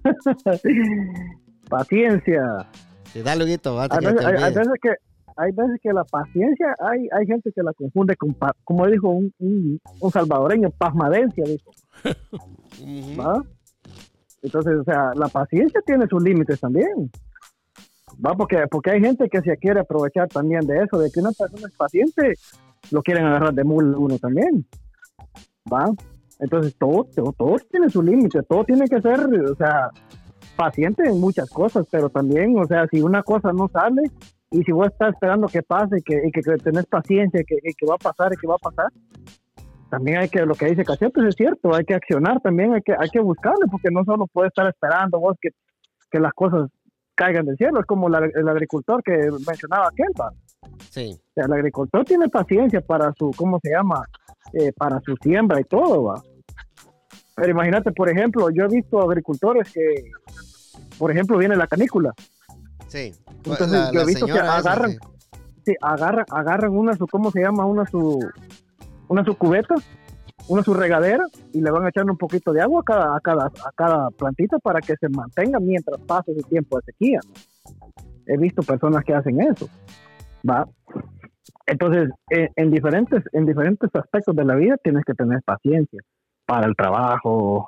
Paciencia.
Sí, dale, Huguito,
hay veces que la paciencia, hay gente que la confunde con, como dijo un salvadoreño, pasmadencia, dijo. ¿Va? Entonces, o sea, la paciencia tiene sus límites también. ¿Va? Porque hay gente que se quiere aprovechar también de eso, de que una persona es paciente, lo quieren agarrar de mula uno también. ¿Va? Entonces, todo tiene su límite, todo tiene que ser, o sea, paciente en muchas cosas, pero también, o sea, si una cosa no sale y si vos estás esperando que pase y que tenés paciencia y que va a pasar y que va a pasar, también hay que, lo que dice Cachetes es cierto, hay que accionar también, hay que buscarle, porque no solo puedes estar esperando vos que las cosas caigan del cielo, es como el agricultor que mencionaba aquel, ¿va?
Sí.
O sea, el agricultor tiene paciencia para su, ¿cómo se llama? Para su siembra y todo, ¿va? Pero imagínate, por ejemplo, yo he visto agricultores que, por ejemplo, viene la canícula.
Sí.
Entonces yo he visto que agarran, sí, agarran una su, ¿cómo se llama? Una su cubeta, una su regadera y le van echando un poquito de agua a cada plantita para que se mantenga mientras pase ese tiempo de sequía. He visto personas que hacen eso, ¿va? Entonces, en diferentes aspectos de la vida tienes que tener paciencia para el trabajo,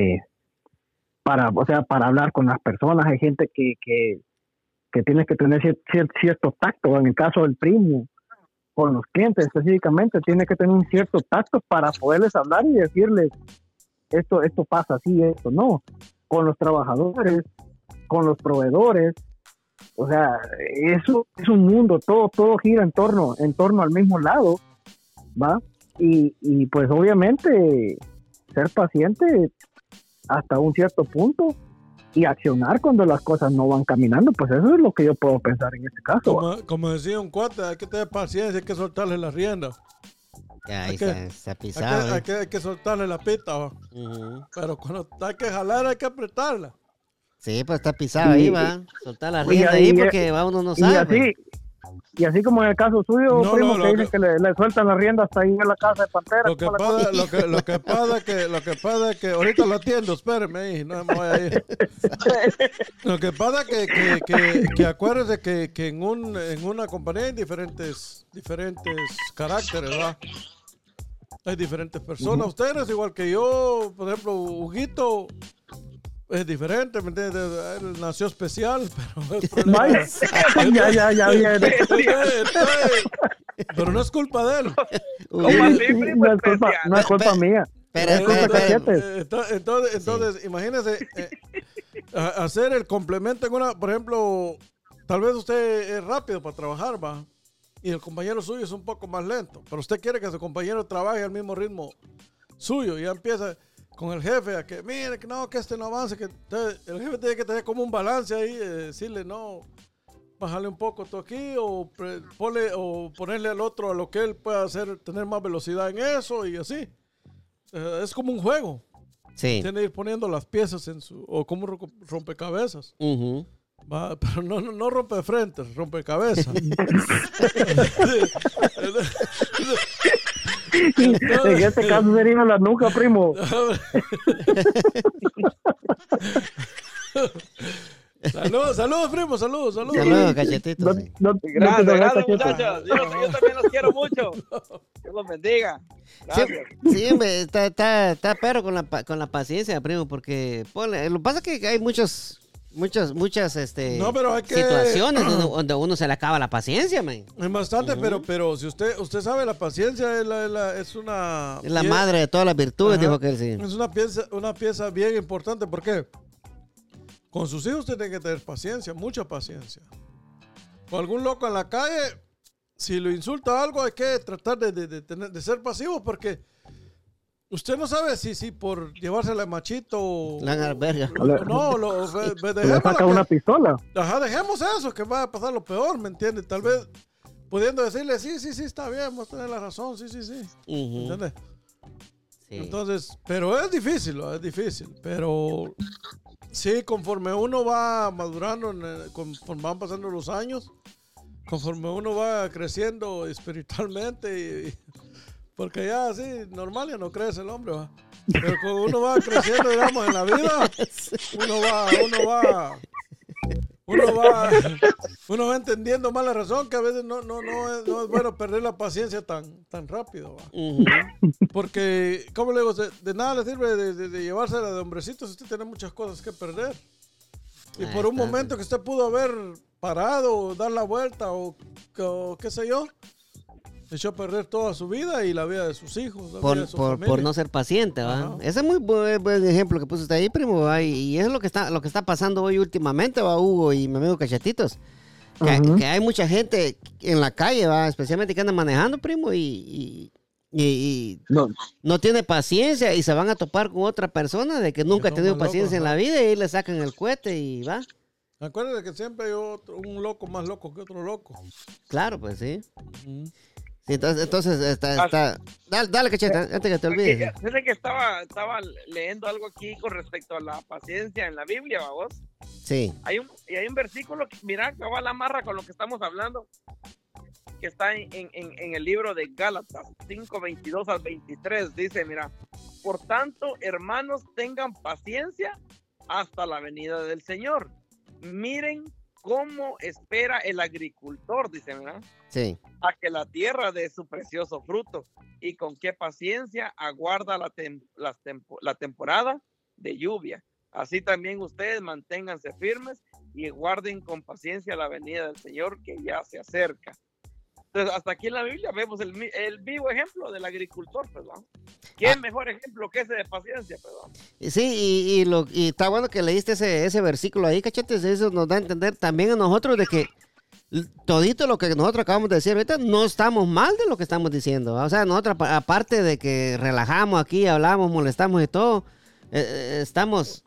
para hablar con las personas. Hay gente que tienes que tener cierto tacto. En el caso del primo, con los clientes específicamente, tienes que tener un cierto tacto para poderles hablar y decirles esto pasa así, esto no. Con los trabajadores, con los proveedores. O sea, eso es un mundo, todo gira en torno al mismo lado, ¿va? Y pues obviamente ser paciente hasta un cierto punto y accionar cuando las cosas no van caminando, pues eso es lo que yo puedo pensar en este caso.
Como decía un cuate, hay que tener paciencia, hay que soltarle la rienda.
Ya, ahí está pisado.
Hay que soltarle la pita, ¿va? Pero cuando hay que jalar, hay que apretarla.
Sí, pues está pisado ahí, va. Soltar la rienda ahí porque uno no sabe.
Y así como en el caso suyo, primo, que dicen que le sueltan la rienda hasta ahí en la casa de Pantera.
Lo que pasa es que ahorita lo atiendo, espéreme ahí, no me voy a ir. Lo que pasa es que acuérdese que en una compañía hay diferentes caracteres, ¿va? Hay diferentes personas. Usted no es igual que yo, por ejemplo, Huguito es diferente, ¿me entiendes? Él nació especial, pero
ya viene.
Pero no es culpa de él.
No es culpa mía.
Entonces, imagínese hacer el complemento en una, por ejemplo, tal vez usted es rápido para trabajar, va, y el compañero suyo es un poco más lento, pero usted quiere que su compañero trabaje al mismo ritmo suyo, y ya empieza con el jefe a que, mire, que este no avance, que el jefe tiene que tener como un balance ahí, decirle, no, bájale un poco tú aquí, o ponerle al otro a lo que él pueda hacer, tener más velocidad en eso, y así. Es como un juego.
Sí.
Tiene que ir poniendo las piezas o como rompecabezas. Va, pero no rompe frente, rompe cabeza.
En este caso sería la nuca, primo.
Saludos, primo, saludos.
Saludos, Cachetitos.
Gracias, muchachos. Yo también los quiero mucho. Dios los bendiga. Gracias.
Sí, está perro con la paciencia, primo, porque lo que pasa es que hay muchas
pero hay que
situaciones donde uno se le acaba la paciencia, man.
Es bastante, pero si usted sabe, la paciencia es una...
Es la madre de todas las virtudes, dijo que él, sí.
Es una pieza bien importante, porque con sus hijos tiene que tener paciencia, mucha paciencia. Con algún loco en la calle, si lo insulta algo, hay que tratar de ser pasivos, porque usted no sabe si por llevársela de machito
la alberga.
Le saca una pistola.
Ajá, dejemos eso, que va a pasar lo peor, ¿me entiendes? Tal vez pudiendo decirle, sí, está bien, vos tenés la razón, sí. ¿Me entiendes? Sí. Entonces, pero es difícil, pero sí, conforme uno va madurando, conforme van pasando los años, conforme uno va creciendo espiritualmente porque ya así, normal, ya no crece el hombre, ¿va? Pero cuando uno va creciendo, digamos, en la vida, uno va entendiendo más la razón, que a veces no es bueno perder la paciencia tan rápido, ¿va? Porque, ¿cómo le digo? De nada le sirve de llevársela de hombrecito si usted tiene muchas cosas que perder. Y por un momento que usted pudo haber parado, dar la vuelta o qué sé yo, echó a perder toda su vida y la vida de sus hijos.
Por no ser paciente, ¿va? Ajá. Ese es muy buen ejemplo que puso usted ahí, primo, ¿va? Y es lo que está pasando hoy últimamente, ¿va, Hugo y mi amigo Cachetitos? Que hay mucha gente en la calle, ¿va? Especialmente que anda manejando, primo, y no tiene paciencia y se van a topar con otra persona de que nunca ha tenido paciencia en la vida y le sacan el cohete y va.
Acuérdate que siempre hay un loco más loco que otro loco.
Claro, pues sí. Sí, entonces está. Dale, Cacheta, antes que te olvides.
Fíjate que estaba leyendo algo aquí con respecto a la paciencia en la Biblia, ¿va vos?
Sí.
Hay un versículo que, mira, que va a la marra con lo que estamos hablando, que está en el libro de Gálatas 5:22 al 23. Dice, mira, por tanto, hermanos, tengan paciencia hasta la venida del Señor. Miren cómo espera el agricultor, dice, ¿verdad?
Sí.
A que la tierra dé su precioso fruto, y con qué paciencia aguarda la temporada de lluvia. Así también ustedes manténganse firmes y guarden con paciencia la venida del Señor, que ya se acerca. Entonces, hasta aquí en la Biblia vemos el vivo ejemplo del agricultor, perdón. ¿Qué mejor ejemplo que ese de paciencia, perdón?
Sí, y está bueno que leíste ese versículo ahí, Cachetes. Eso nos da a entender también a nosotros de que todito lo que nosotros acabamos de decir ahorita, no estamos mal de lo que estamos diciendo, ¿va? O sea, nosotros, aparte de que relajamos aquí, hablamos, molestamos y todo, estamos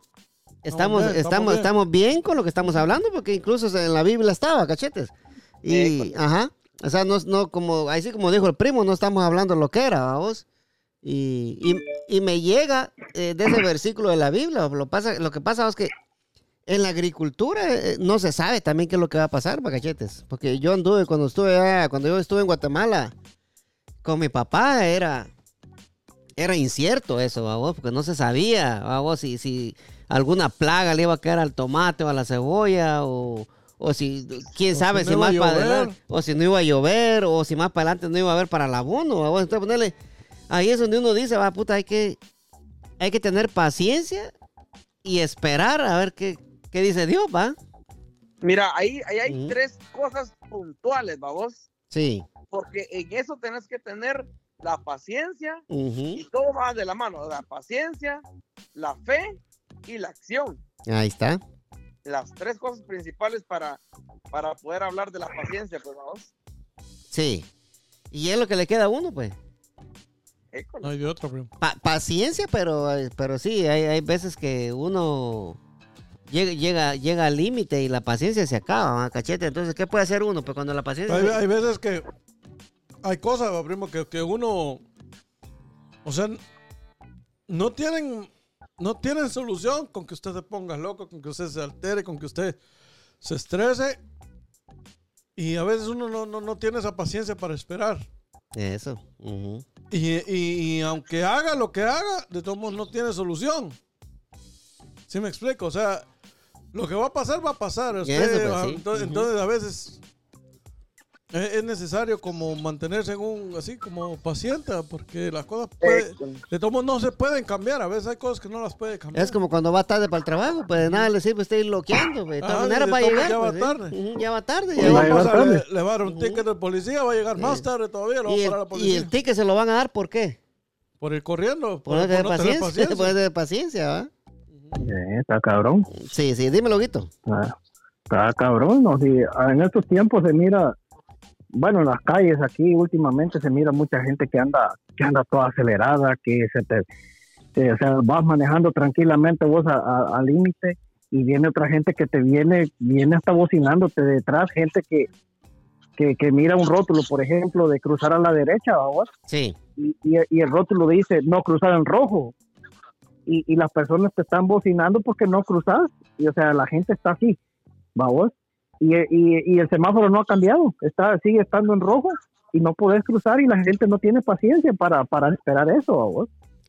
bien con lo que estamos hablando, porque incluso en la Biblia estaba, Cachetes. Y, o sea, no como, así como dijo el primo, no estamos hablando lo que era, vamos. Y me llega de ese versículo de la Biblia. Lo que pasa es que en la agricultura no se sabe también qué es lo que va a pasar, Cachetes. Porque yo anduve, cuando yo estuve en Guatemala con mi papá, era incierto eso, vamos, porque no se sabía, vamos, si alguna plaga le iba a caer al tomate o a la cebolla, o si, quién sabe, si más para adelante, o si no iba a llover, o si más para adelante no iba a haber para el abono, vamos. Entonces ponerle, ahí es donde uno dice, va, puta, hay que tener paciencia y esperar a ver qué dice Dios, va.
Mira, ahí hay tres cosas puntuales, ¿va vos?
Sí.
Porque en eso tenés que tener la paciencia, y todo va de la mano, la paciencia, la fe y la acción.
Ahí está.
Las tres cosas principales para poder hablar de la paciencia, pues, vamos.
Sí. Y es lo que le queda a uno, pues.
No hay de otro, primo.
Paciencia, pero sí, hay veces que uno llega al límite y la paciencia se acaba, ¿no? Cachete. Entonces, ¿qué puede hacer uno? Pues cuando la paciencia...
Hay veces que hay cosas, primo, que uno, o sea, no tienen solución con que usted se ponga loco, con que usted se altere, con que usted se estrese. Y a veces uno no tiene esa paciencia para esperar.
Eso.
Y aunque haga lo que haga, de todos modos no tiene solución. ¿Sí me explico? O sea, lo que va a pasar, va a pasar. Usted,
eso, pues, sí.
Entonces a veces es necesario como mantenerse así como paciente, porque las cosas de todos modos no se pueden cambiar. A veces hay cosas que no las puede cambiar.
Es como cuando va tarde para el trabajo, pues de nada le sirve usted ir loqueando. De todas maneras va a llegar.
Ya va
pues,
tarde.
Ya va tarde.
Le va a dar un ticket de policía, va a llegar más tarde todavía, lo va a parar la policía.
¿Y el ticket se lo van a dar por qué?
Por ir corriendo.
Por no tener paciencia. Por no tener paciencia, ¿va?
Está cabrón.
Sí, dímelo, Guito.
Está cabrón, ¿no? Si en estos tiempos se mira, bueno, en las calles aquí últimamente se mira mucha gente que anda toda acelerada, que o sea, vas manejando tranquilamente vos al límite y viene otra gente que te viene hasta bocinándote detrás, gente que mira un rótulo, por ejemplo, de cruzar a la derecha, ¿vos?
Sí.
Y el rótulo dice no cruzar en rojo. Y las personas te están bocinando porque no cruzas, y o sea, la gente está así, vamos, y el semáforo no ha cambiado, sigue estando en rojo y no podés cruzar y la gente no tiene paciencia para esperar eso, vamos.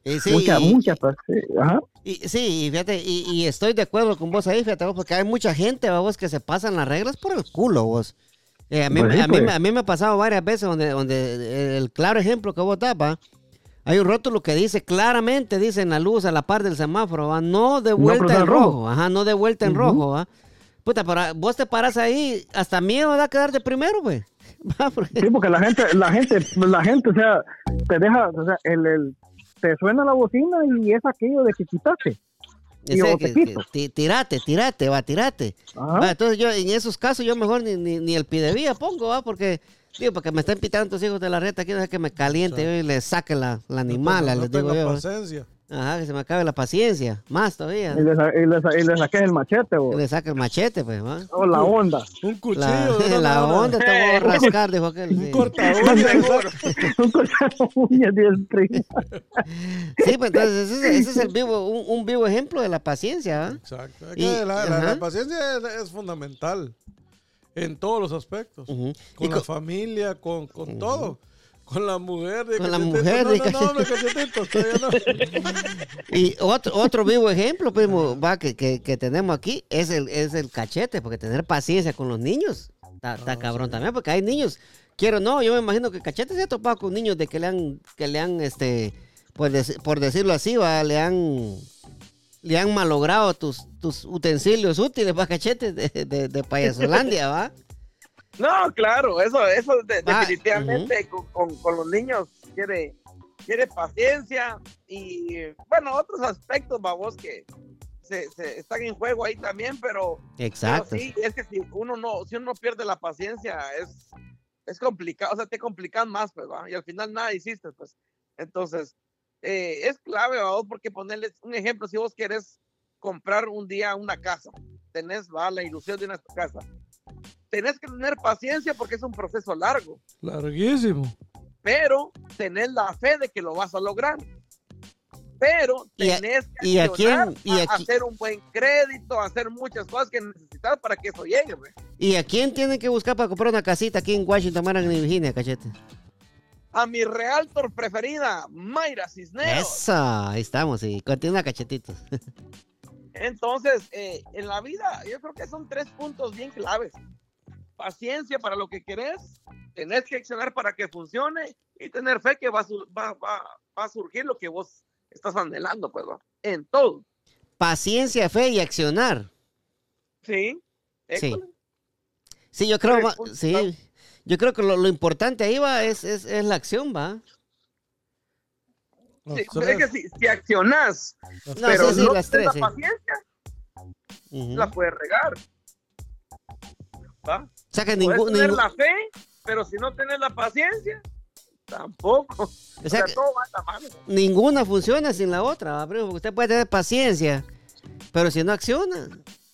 Sí,
muchas, pues, sí, ajá.
y sí, y fíjate, y estoy de acuerdo con vos ahí, fíjate vos, porque hay mucha gente, ¿va, vos, que se pasan las reglas por el culo, vos. A mí,
Pues sí, pues.
a mí me ha pasado varias veces donde el claro ejemplo que vos das, ¿va? Hay un rótulo que dice claramente, dice en la luz a la par del semáforo, ¿va? No de vuelta
cruzar
en rojo. Ajá, no de vuelta en
Ujú.
rojo, ¿va? Puta, pero vos te paras ahí, hasta miedo da quedarte primero, güey. Va, porque-
Sí, porque la gente, o sea, te deja, o sea, te suena la bocina y es aquello de que quitaste.
Ese
o te quito.
tirate, tirate.
Ajá.
Va, entonces yo, en esos casos, yo mejor ni el pidevía pongo, ¿va? Porque, digo, porque me están pitando estos hijos de la reta, quiero que me caliente yo y le saque la animala,
No
les digo
tenga
yo. ¿va?
paciencia.
Ajá, que se me acabe la paciencia, más todavía.
Y le saques el machete,
Que
o
le saque el machete, pues, ¿va?
la onda.
Un cuchillo.
La,
de una
la
nada.
onda te voy a rascar, dijo aquel.
Un
Sí.
corta uñas.
Un cortado uñas de el primo.
Sí, pues entonces ese es el vivo, un vivo ejemplo de la paciencia, ¿va?
Exacto. Es
Y-
que la
ajá.
paciencia es fundamental en todos los aspectos.
Ujú.
Con
Y
la
co-
familia, con todo. Con la mujer. de
Con la
cachetito.
mujer de
No, cachetito. Todavía no.
Y otro vivo ejemplo, primo, va, que tenemos aquí es el cachete, porque tener paciencia con los niños está cabrón también, porque hay niños, quiero no, yo me imagino que Cachete se ha topado con niños de que le han por decirlo así, va, le han malogrado tus utensilios útiles, va, Cachete, de Payasolandia, va.
No, claro, eso
Va,
definitivamente con los niños quiere paciencia y, bueno, otros aspectos, babos, que se están en juego ahí también, pero
Exacto.
sí, es que si uno no pierde la paciencia, es complicado, o sea, te complican más, pues, ¿va? Y al final nada hiciste, pues. Entonces, es clave, babos, porque ponerles un ejemplo, si vos querés comprar un día una casa, tenés, va, la ilusión de una casa, tenés que tener paciencia porque es un proceso largo,
Larguísimo.
pero tenés la fe de que lo vas a lograr. Pero tenés
y a
accionar,
quién- y a qui-
hacer un buen crédito, hacer muchas cosas que necesitas para que eso llegue, güey.
¿Y a quién tienen que buscar para comprar una casita aquí en Washington, Maryland y Virginia, Cachete?
A mi realtor preferida, Mayra Cisneros.
Esa, ahí estamos, y continúa, Cachetitos.
Entonces, en la vida, yo creo que son 3 puntos bien claves. Paciencia para lo que querés, tenés que accionar para que funcione y tener fe que va a surgir lo que vos estás anhelando, pues, ¿va? En todo.
Paciencia, fe y accionar.
Sí.
Sí.
École.
Sí, yo creo,
Tres puntos,
sí,
claro.
yo creo que lo importante ahí va es la acción, va.
Los
Sí,
tres.
es que si accionás,
No,
pero
sí,
no
las
tienes
tres,
la
sí.
paciencia,
Ujú.
la puedes regar. ¿Va?
O sea que
Puedes tener
ningún,
la fe, pero si no tienes la paciencia, tampoco.
o sea que
todo va a la mano.
ninguna funciona sin la otra, ¿va, primo? Porque usted puede tener paciencia, pero si no acciona,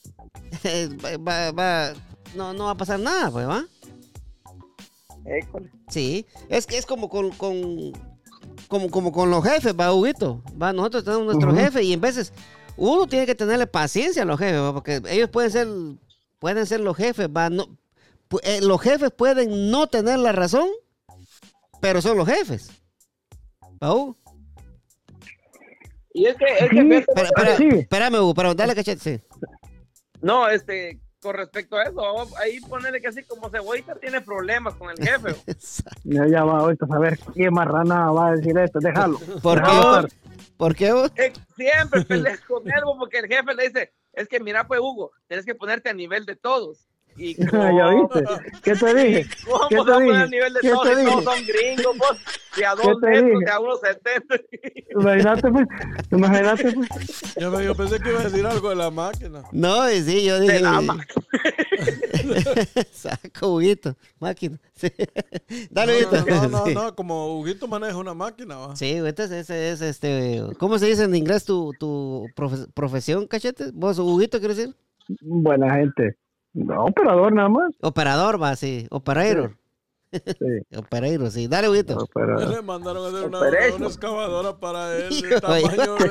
no va a pasar nada, pues, ¿va?
École.
Sí, es que es como con los jefes, va, Huguito. Va, nosotros tenemos nuestro
Ujú.
jefe y en veces uno tiene que tenerle paciencia a los jefes, va, porque ellos pueden ser los jefes, va, no, los jefes pueden no tener la razón, pero son los jefes. ¿Va, Hugo?
Y es que
Sí, sí.
Espérame, Hugo, pero dale, Cachete, sí.
no, con respecto a eso, vamos ahí ponerle que así como Cebollita tiene problemas con el jefe.
Ya va ahorita a saber qué marrana va a decir esto, déjalo.
¿Por
Déjalo
qué?
estar.
¿Por qué, Hugo?
Siempre peleas con él porque el jefe le dice, es que mira, pues Hugo, tienes que ponerte a nivel de todos. Y
¿Ya viste? ¿Qué te dije?
¿Cómo
¿Qué
se
te
va a poner
dije?
a nivel de
¿Qué
todos?
te
Si todos
dije?
son gringos, vos, de a
¿Qué
2
te
metros,
dije?
de a 1,70.
Imagínate, pues.
Yo pensé que iba a decir algo de la máquina.
No, y sí, yo dije.
De la ma-
Saco, Huguito, máquina. Sí. Dale, Huguito. Sí.
No, como Huguito maneja una máquina, va.
Sí, ese es ¿cómo se dice en inglés tu profesión, Cachete? ¿Vos, Huguito, quiero decir?
Buena gente. No, operador nada más.
Operador, va, sí. Operator.
Sí,
Operator, sí. Dale, Huguito.
Ya
operador.
le mandaron a hacer
Operation.
una excavadora para él,
Hijo
el tamaño
de-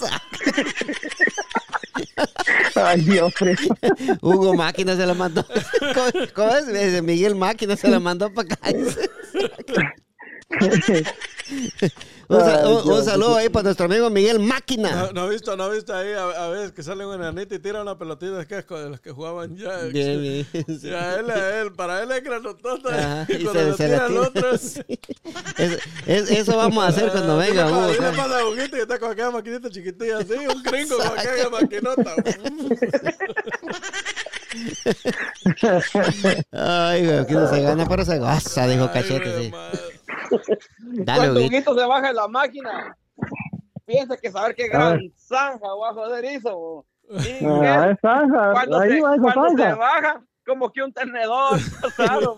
Ay, Dios, primo.
Hugo Máquina se la mandó. ¿Cómo es? Me dice, Miguel Máquina se la mandó para acá. Un saludo ahí para nuestro amigo Miguel Máquina.
¿No ha visto ahí a veces que sale un enanito y tira una pelotita que es con los que jugaban ya?
Bien.
Para él es granotota.
Ajá,
Y cuando se le tira al otro...
Sí. Eso vamos a hacer cuando venga Hugo.
Ahí le pasa a Huguito y está con aquella maquinita chiquitilla así, un gringo con aquella maquinota.
Ay, güey, que no se gana, pero se goza, dijo Cachete. Sí. Dale,
Cuando
Huguito.
Huguito se baja de la máquina, piensa que saber qué gran zanja va a joder hizo. Y
Es zanja.
cuando
Ahí va esa
cuando se
zanja.
baja, como que un tenedor pasado.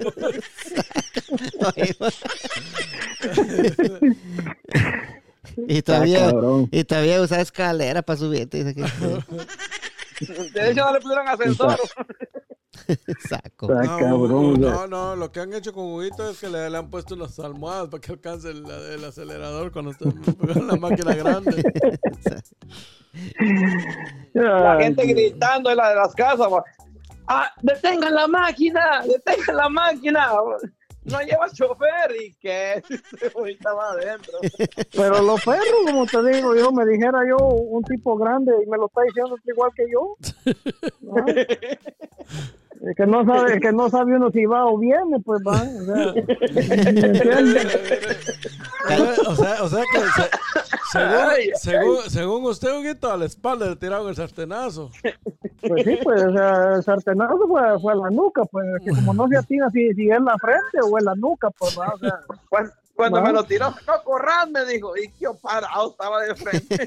Y todavía usa escalera para subirte. Dice que...
De hecho, no le pusieron ascensor.
Saco.
No, lo que han hecho con Huguito es que le han puesto unas almohadas para que alcance el acelerador cuando está en la máquina grande.
La gente gritando en la de las casas. ¡Detengan la máquina! ¡Detengan la máquina! No lleva chofer y que estaba adentro.
Pero los perros, como te digo yo, me dijera yo un tipo grande y me lo está diciendo igual que yo. ¿No? Que no sabe uno si va o viene, pues va.
O sea que según usted, Huguito, a la espalda le tiraron el sartenazo.
Pues sí, pues o sea, el sartenazo fue a la nuca, pues que como no se atina si es la frente o en la nuca, pues va, o sea.
Cuando me lo tiró, no corras, me dijo, y yo parado estaba de frente.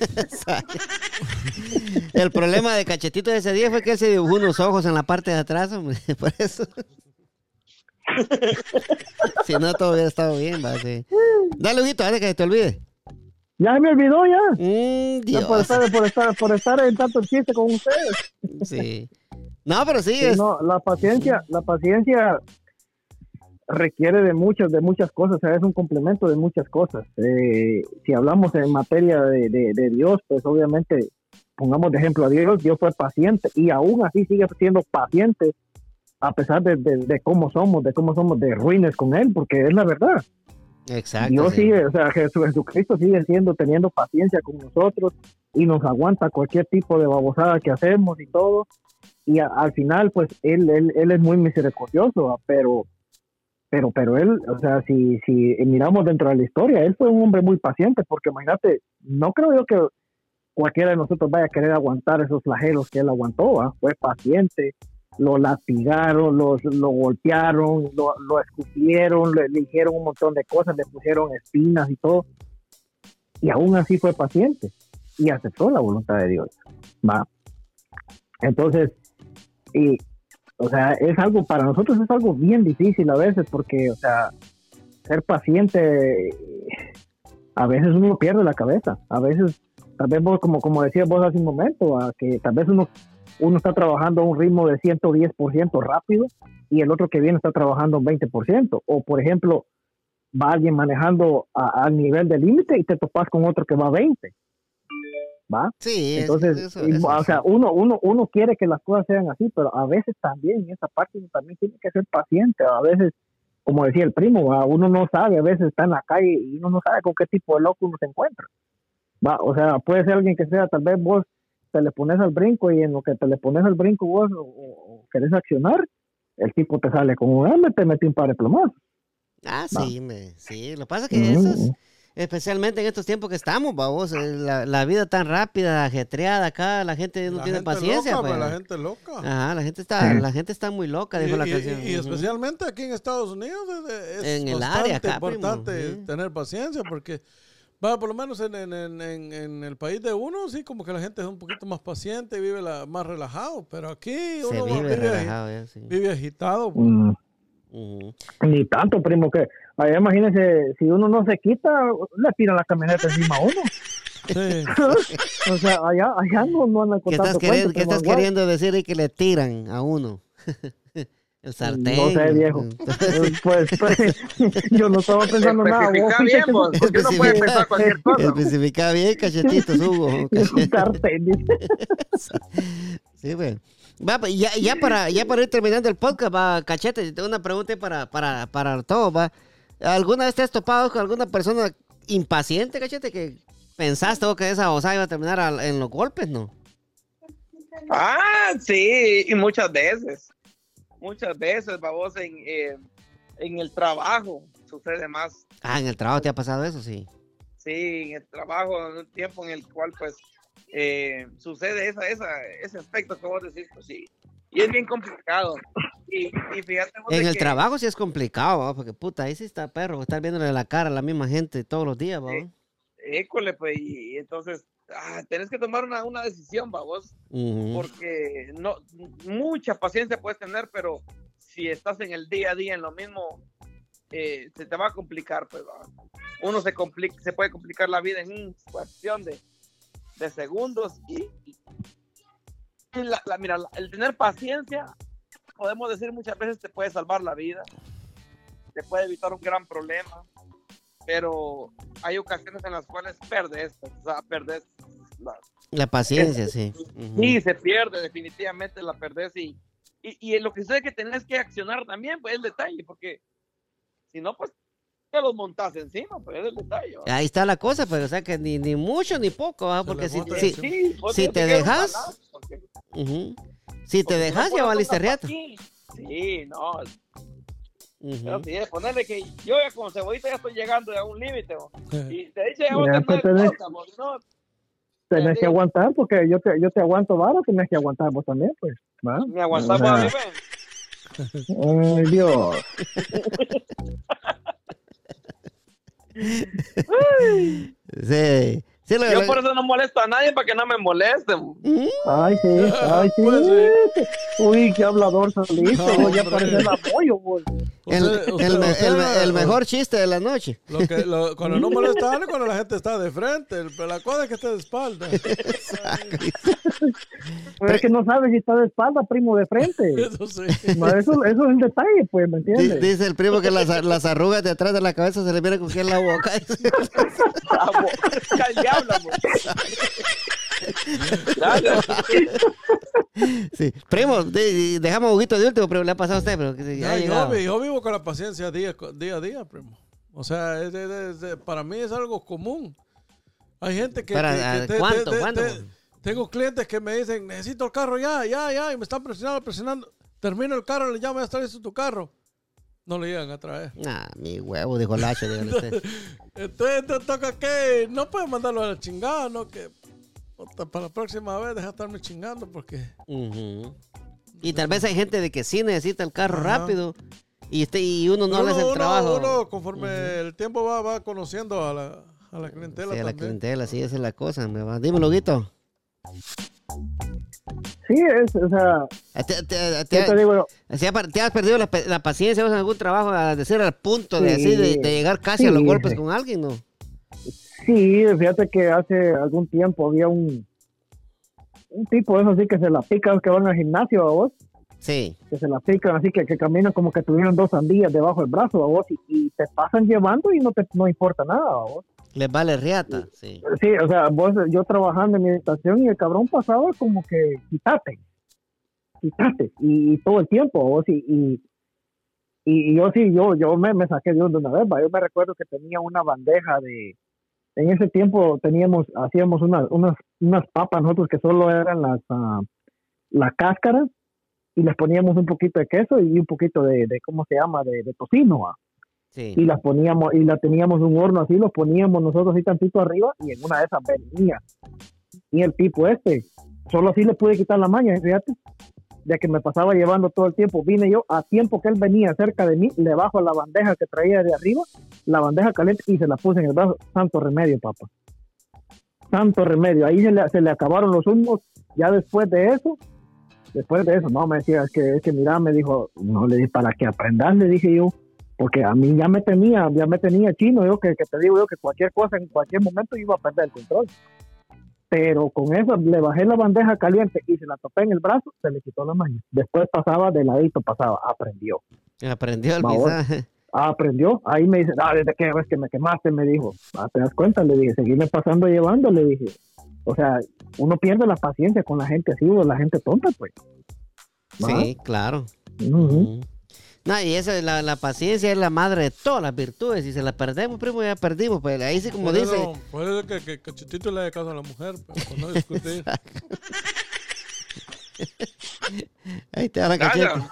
El problema de Cachetito de ese día fue que él se dibujó unos ojos en la parte de atrás, hombre, por eso. Si no, todo hubiera estado bien, va, sí. Dale, Huguito, antes que se te olvide.
Ya me olvidó ya.
Dios.
Ya por estar en tanto chiste con ustedes.
Sí. No, pero sí,
sí, no, la paciencia requiere de muchas cosas, o sea, es un complemento de muchas cosas. Si hablamos en materia de Dios, pues obviamente, pongamos de ejemplo a Dios fue paciente y aún así sigue siendo paciente a pesar de cómo somos de ruines con Él, porque es la verdad.
Exacto.
Dios
sí.
sigue, o sea, Jesucristo sigue teniendo paciencia con nosotros y nos aguanta cualquier tipo de babosada que hacemos y todo, y al final, pues, Él es muy misericordioso, pero él, o sea, si miramos dentro de la historia, él fue un hombre muy paciente, porque imagínate, no creo yo que cualquiera de nosotros vaya a querer aguantar esos flagelos que él aguantó, ¿eh? Fue paciente, lo latigaron, lo golpearon, lo escupieron, le dijeron un montón de cosas, le pusieron espinas y todo, y aún así fue paciente, y aceptó la voluntad de Dios, ¿va? Entonces, o sea, para nosotros es algo bien difícil a veces, porque, o sea, ser paciente, a veces uno pierde la cabeza, a veces, tal vez vos, como decías vos hace un momento, que tal vez uno está trabajando a un ritmo de 110% rápido, y el otro que viene está trabajando un 20%, o por ejemplo, va alguien manejando al nivel del límite y te topas con otro que va a 20%. ¿Va?
Sí,
entonces,
eso.
O sea, uno quiere que las cosas sean así, pero a veces también, en esa parte uno también tiene que ser paciente. A veces, como decía el primo, uno no sabe, a veces está en la calle y uno no sabe con qué tipo de loco uno se encuentra. ¿Va? O sea, puede ser alguien que sea, tal vez vos te le pones al brinco y en lo que te le pones al brinco vos o querés accionar, el tipo te sale como, te metí un par de plomazos.
Sí, sí, lo que pasa es que eso es... Especialmente en estos tiempos que estamos, vamos, la vida tan rápida, ajetreada acá, la gente no tiene paciencia.
Loca,
pues.
La gente loca.
Ajá, la gente está muy loca, dijo la canción.
Y especialmente aquí en Estados Unidos es
en el área acá,
importante tener paciencia, porque por lo menos en el país de uno, sí, como que la gente es un poquito más paciente y vive más relajado, pero aquí uno vive agitado. Pues.
Ni tanto, primo, que allá imagínense, si uno no se quita, le tiran la camioneta encima a uno. Sí. O sea, allá no andan con tanto cuento.
¿Qué estás queriendo decir? Que le tiran a uno el sartén.
No sé, viejo. pues yo no estaba pensando nada.
Especifica bien, vos, porque uno puede pensar cualquier cosa.
Especifica bien, Cachetitos, Hugo.
Un sartén.
Sí, güey. Va, ya para ir terminando el podcast, va, Cachete, tengo una pregunta para todos, va. ¿Alguna vez te has topado con alguna persona impaciente, cachete, que pensaste vos que esa osada iba a terminar en los golpes, ¿no?
Ah, sí, y muchas veces, babos, en el trabajo sucede más.
Ah, ¿en el trabajo te ha pasado eso? Sí.
Sí, en el trabajo, en un tiempo en el cual, pues, sucede ese aspecto que vos decís, pues sí. Y es bien complicado. Y fíjate vos
En
de
el
que,
trabajo sí es complicado, ¿va? Porque puta, ahí sí está perro, estar viéndole la cara a la misma gente todos los días, ¿va?
école, pues, y entonces, tenés que tomar una decisión, vos, porque no, mucha paciencia puedes tener, pero si estás en el día a día en lo mismo, se te va a complicar, pues, ¿va? Uno se puede complicar la vida en cuestión de segundos y mira, el tener paciencia, podemos decir muchas veces te puede salvar la vida, te puede evitar un gran problema, pero hay ocasiones en las cuales perdes
la paciencia, sí.
Sí, se pierde, definitivamente la perdés y lo que sé es que tenés que accionar también, pues es el detalle, porque si no, pues te los montás encima, pues es el detalle, ¿va?
Ahí está la cosa, pero o sea que ni mucho ni poco, ¿va? Porque si te
dejas,
dejas, si te dejas ya valiste riata.
Sí, no. Pero sí, ponerle que yo ya con cebollita ya estoy llegando a un límite, y te dice ya vos no.
Tenés que aguantar, porque yo te aguanto vara, tenés que aguantar vos también, pues. ¿Va?
Me aguantamos a mí,
Ay, Dios.
Sí. Sí,
yo por eso no molesto a nadie, para que no me molesten.
Ay, sí.
Pues sí.
Uy, qué hablador solito,
No,
ya parece el apoyo, güey.
El mejor chiste de la noche.
Cuando no molesta a alguien, cuando la gente está de frente, pero la cosa es que esté de espalda.
Pero es que no sabes si está de espalda, primo, de frente.
Eso sí.
No, eso es el detalle, pues, ¿me entiendes?
Dice el primo que las arrugas de atrás de la cabeza se le vienen con en la boca.
El diablo,
Sí. Primo, dejamos juguito de último, pero le ha pasado a usted. Pero
yo vivo con la paciencia día a día, primo. O sea, para mí es algo común. Hay gente que...
¿Cuánto?
Tengo clientes que me dicen, necesito el carro ya, y me están presionando. Termino el carro, le llamo, ya está listo tu carro. No le llegan a traer.
Mi huevo, dijo Lacho.
Entonces te toca que no puedes mandarlo a la chingada, ¿no? Que para la próxima vez deja de estarme chingando porque...
Y tal vez hay gente de que sí necesita el carro rápido y uno no le hace el trabajo.
Uno conforme el tiempo va conociendo a la clientela
sí,
también.
A la clientela, sí, esa es la cosa. Dímelo, Guito.
Sí, o sea... te digo yo?
¿Te has perdido la paciencia en algún trabajo a decir al punto de llegar casi a los golpes con alguien, no?
Sí, fíjate que hace algún tiempo había un tipo de eso así que se la pican, que van al gimnasio, ¿a vos?
Sí.
Que se la pican así, que caminan como que tuvieron 2 sandías debajo del brazo, ¿a vos? Y te pasan llevando y no importa nada, ¿a vos?
Les vale riata, sí.
Sí, o sea, yo trabajando en mi estación y el cabrón pasaba como que quítate, y todo el tiempo, ¿vos? Y yo sí, yo me saqué de una vez, ¿va? Yo me recuerdo que tenía una bandeja en ese tiempo hacíamos unas papas nosotros que solo eran la cáscara y les poníamos un poquito de queso y un poquito de ¿cómo se llama? De tocino, ¿va?
Sí.
Y las poníamos, y la teníamos un horno así, los poníamos nosotros así tantito arriba y en una de esas venía. Y el tipo solo así le pude quitar la maña, fíjate, de que me pasaba llevando todo el tiempo. Vine yo a tiempo que él venía cerca de mí, le bajo la bandeja que traía de arriba, la bandeja caliente, y se la puse en el brazo. Santo remedio, papá. Santo remedio. Ahí se le acabaron los humos. Ya después de eso, no, me decía, es que mira, me dijo, no, le dije, para que aprendas, le dije yo, porque a mí ya me tenía chino, yo que te digo yo que cualquier cosa en cualquier momento iba a perder el control. Pero con eso le bajé la bandeja caliente y se la topé en el brazo, se le quitó la maña. Después pasaba de ladito, aprendió
el mensaje.
Aprendió, ahí me dice, desde que ves que me quemaste, me dijo, ¿te das cuenta? Le dije, seguirme pasando llevando, le dije. O sea, uno pierde la paciencia con la gente así, o la gente tonta, pues.
Sí, claro. No, y eso, la paciencia es la madre de todas las virtudes. Si se la perdemos, primo, ya perdimos. Pues ahí sí, como dice.
Puede ser que Cachetito le haga caso a la mujer, pero por no discutir.
Ahí te da la cacheta.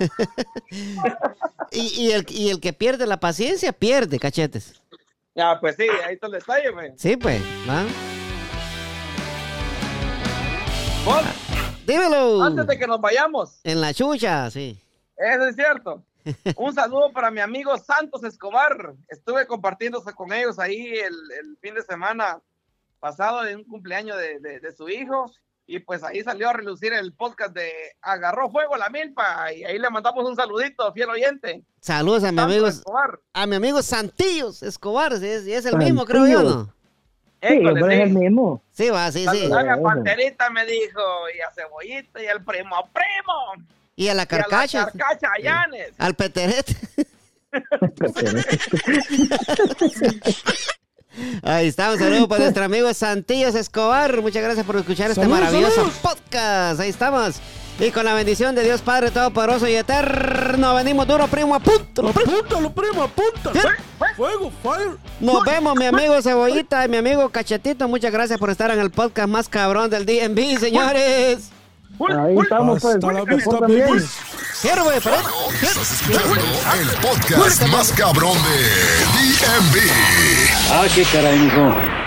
y el que pierde la paciencia, pierde, cachetes.
Ya, pues sí, ahí está el detalle, güey.
Sí, pues, ¿va?
¿Vos?
Dímelo.
Antes de que nos vayamos.
En la chucha, sí.
Eso es cierto. Un saludo para mi amigo Santos Escobar. Estuve compartiéndose con ellos ahí el fin de semana pasado en un cumpleaños de su hijo. Y pues ahí salió a relucir el podcast de Agarró Fuego la Milpa. Y ahí le mandamos un saludito, fiel oyente.
Saludos a mi amigo Escobar. A mi amigo Santillos Escobar. Es el mismo, creo yo, ¿no?
Sí, es el mismo.
Sí, va, sí.
A Panterita me dijo, y a Cebollita, y al primo.
Y a la Carcacha.
Y a la Carcacha Llanes.
Al Peterete. Ahí está, un saludo para nuestro amigo Santillos Escobar. Muchas gracias por escuchar este maravilloso podcast. Ahí estamos. Y con la bendición de Dios Padre Todopoderoso y Eterno, venimos duro, primo, apúntalo,
primo, apúntalo. Fuego, fire.
Nos vemos, mi amigo Cebollita y mi amigo Cachetito. Muchas gracias por estar en el podcast más cabrón del DMV, señores.
Ahí estamos, pues.
Hasta la vista, baby.
Quiero, güey, para
Estás escuchando el podcast más cabrón de DMV.
Ah, qué caray, mijo.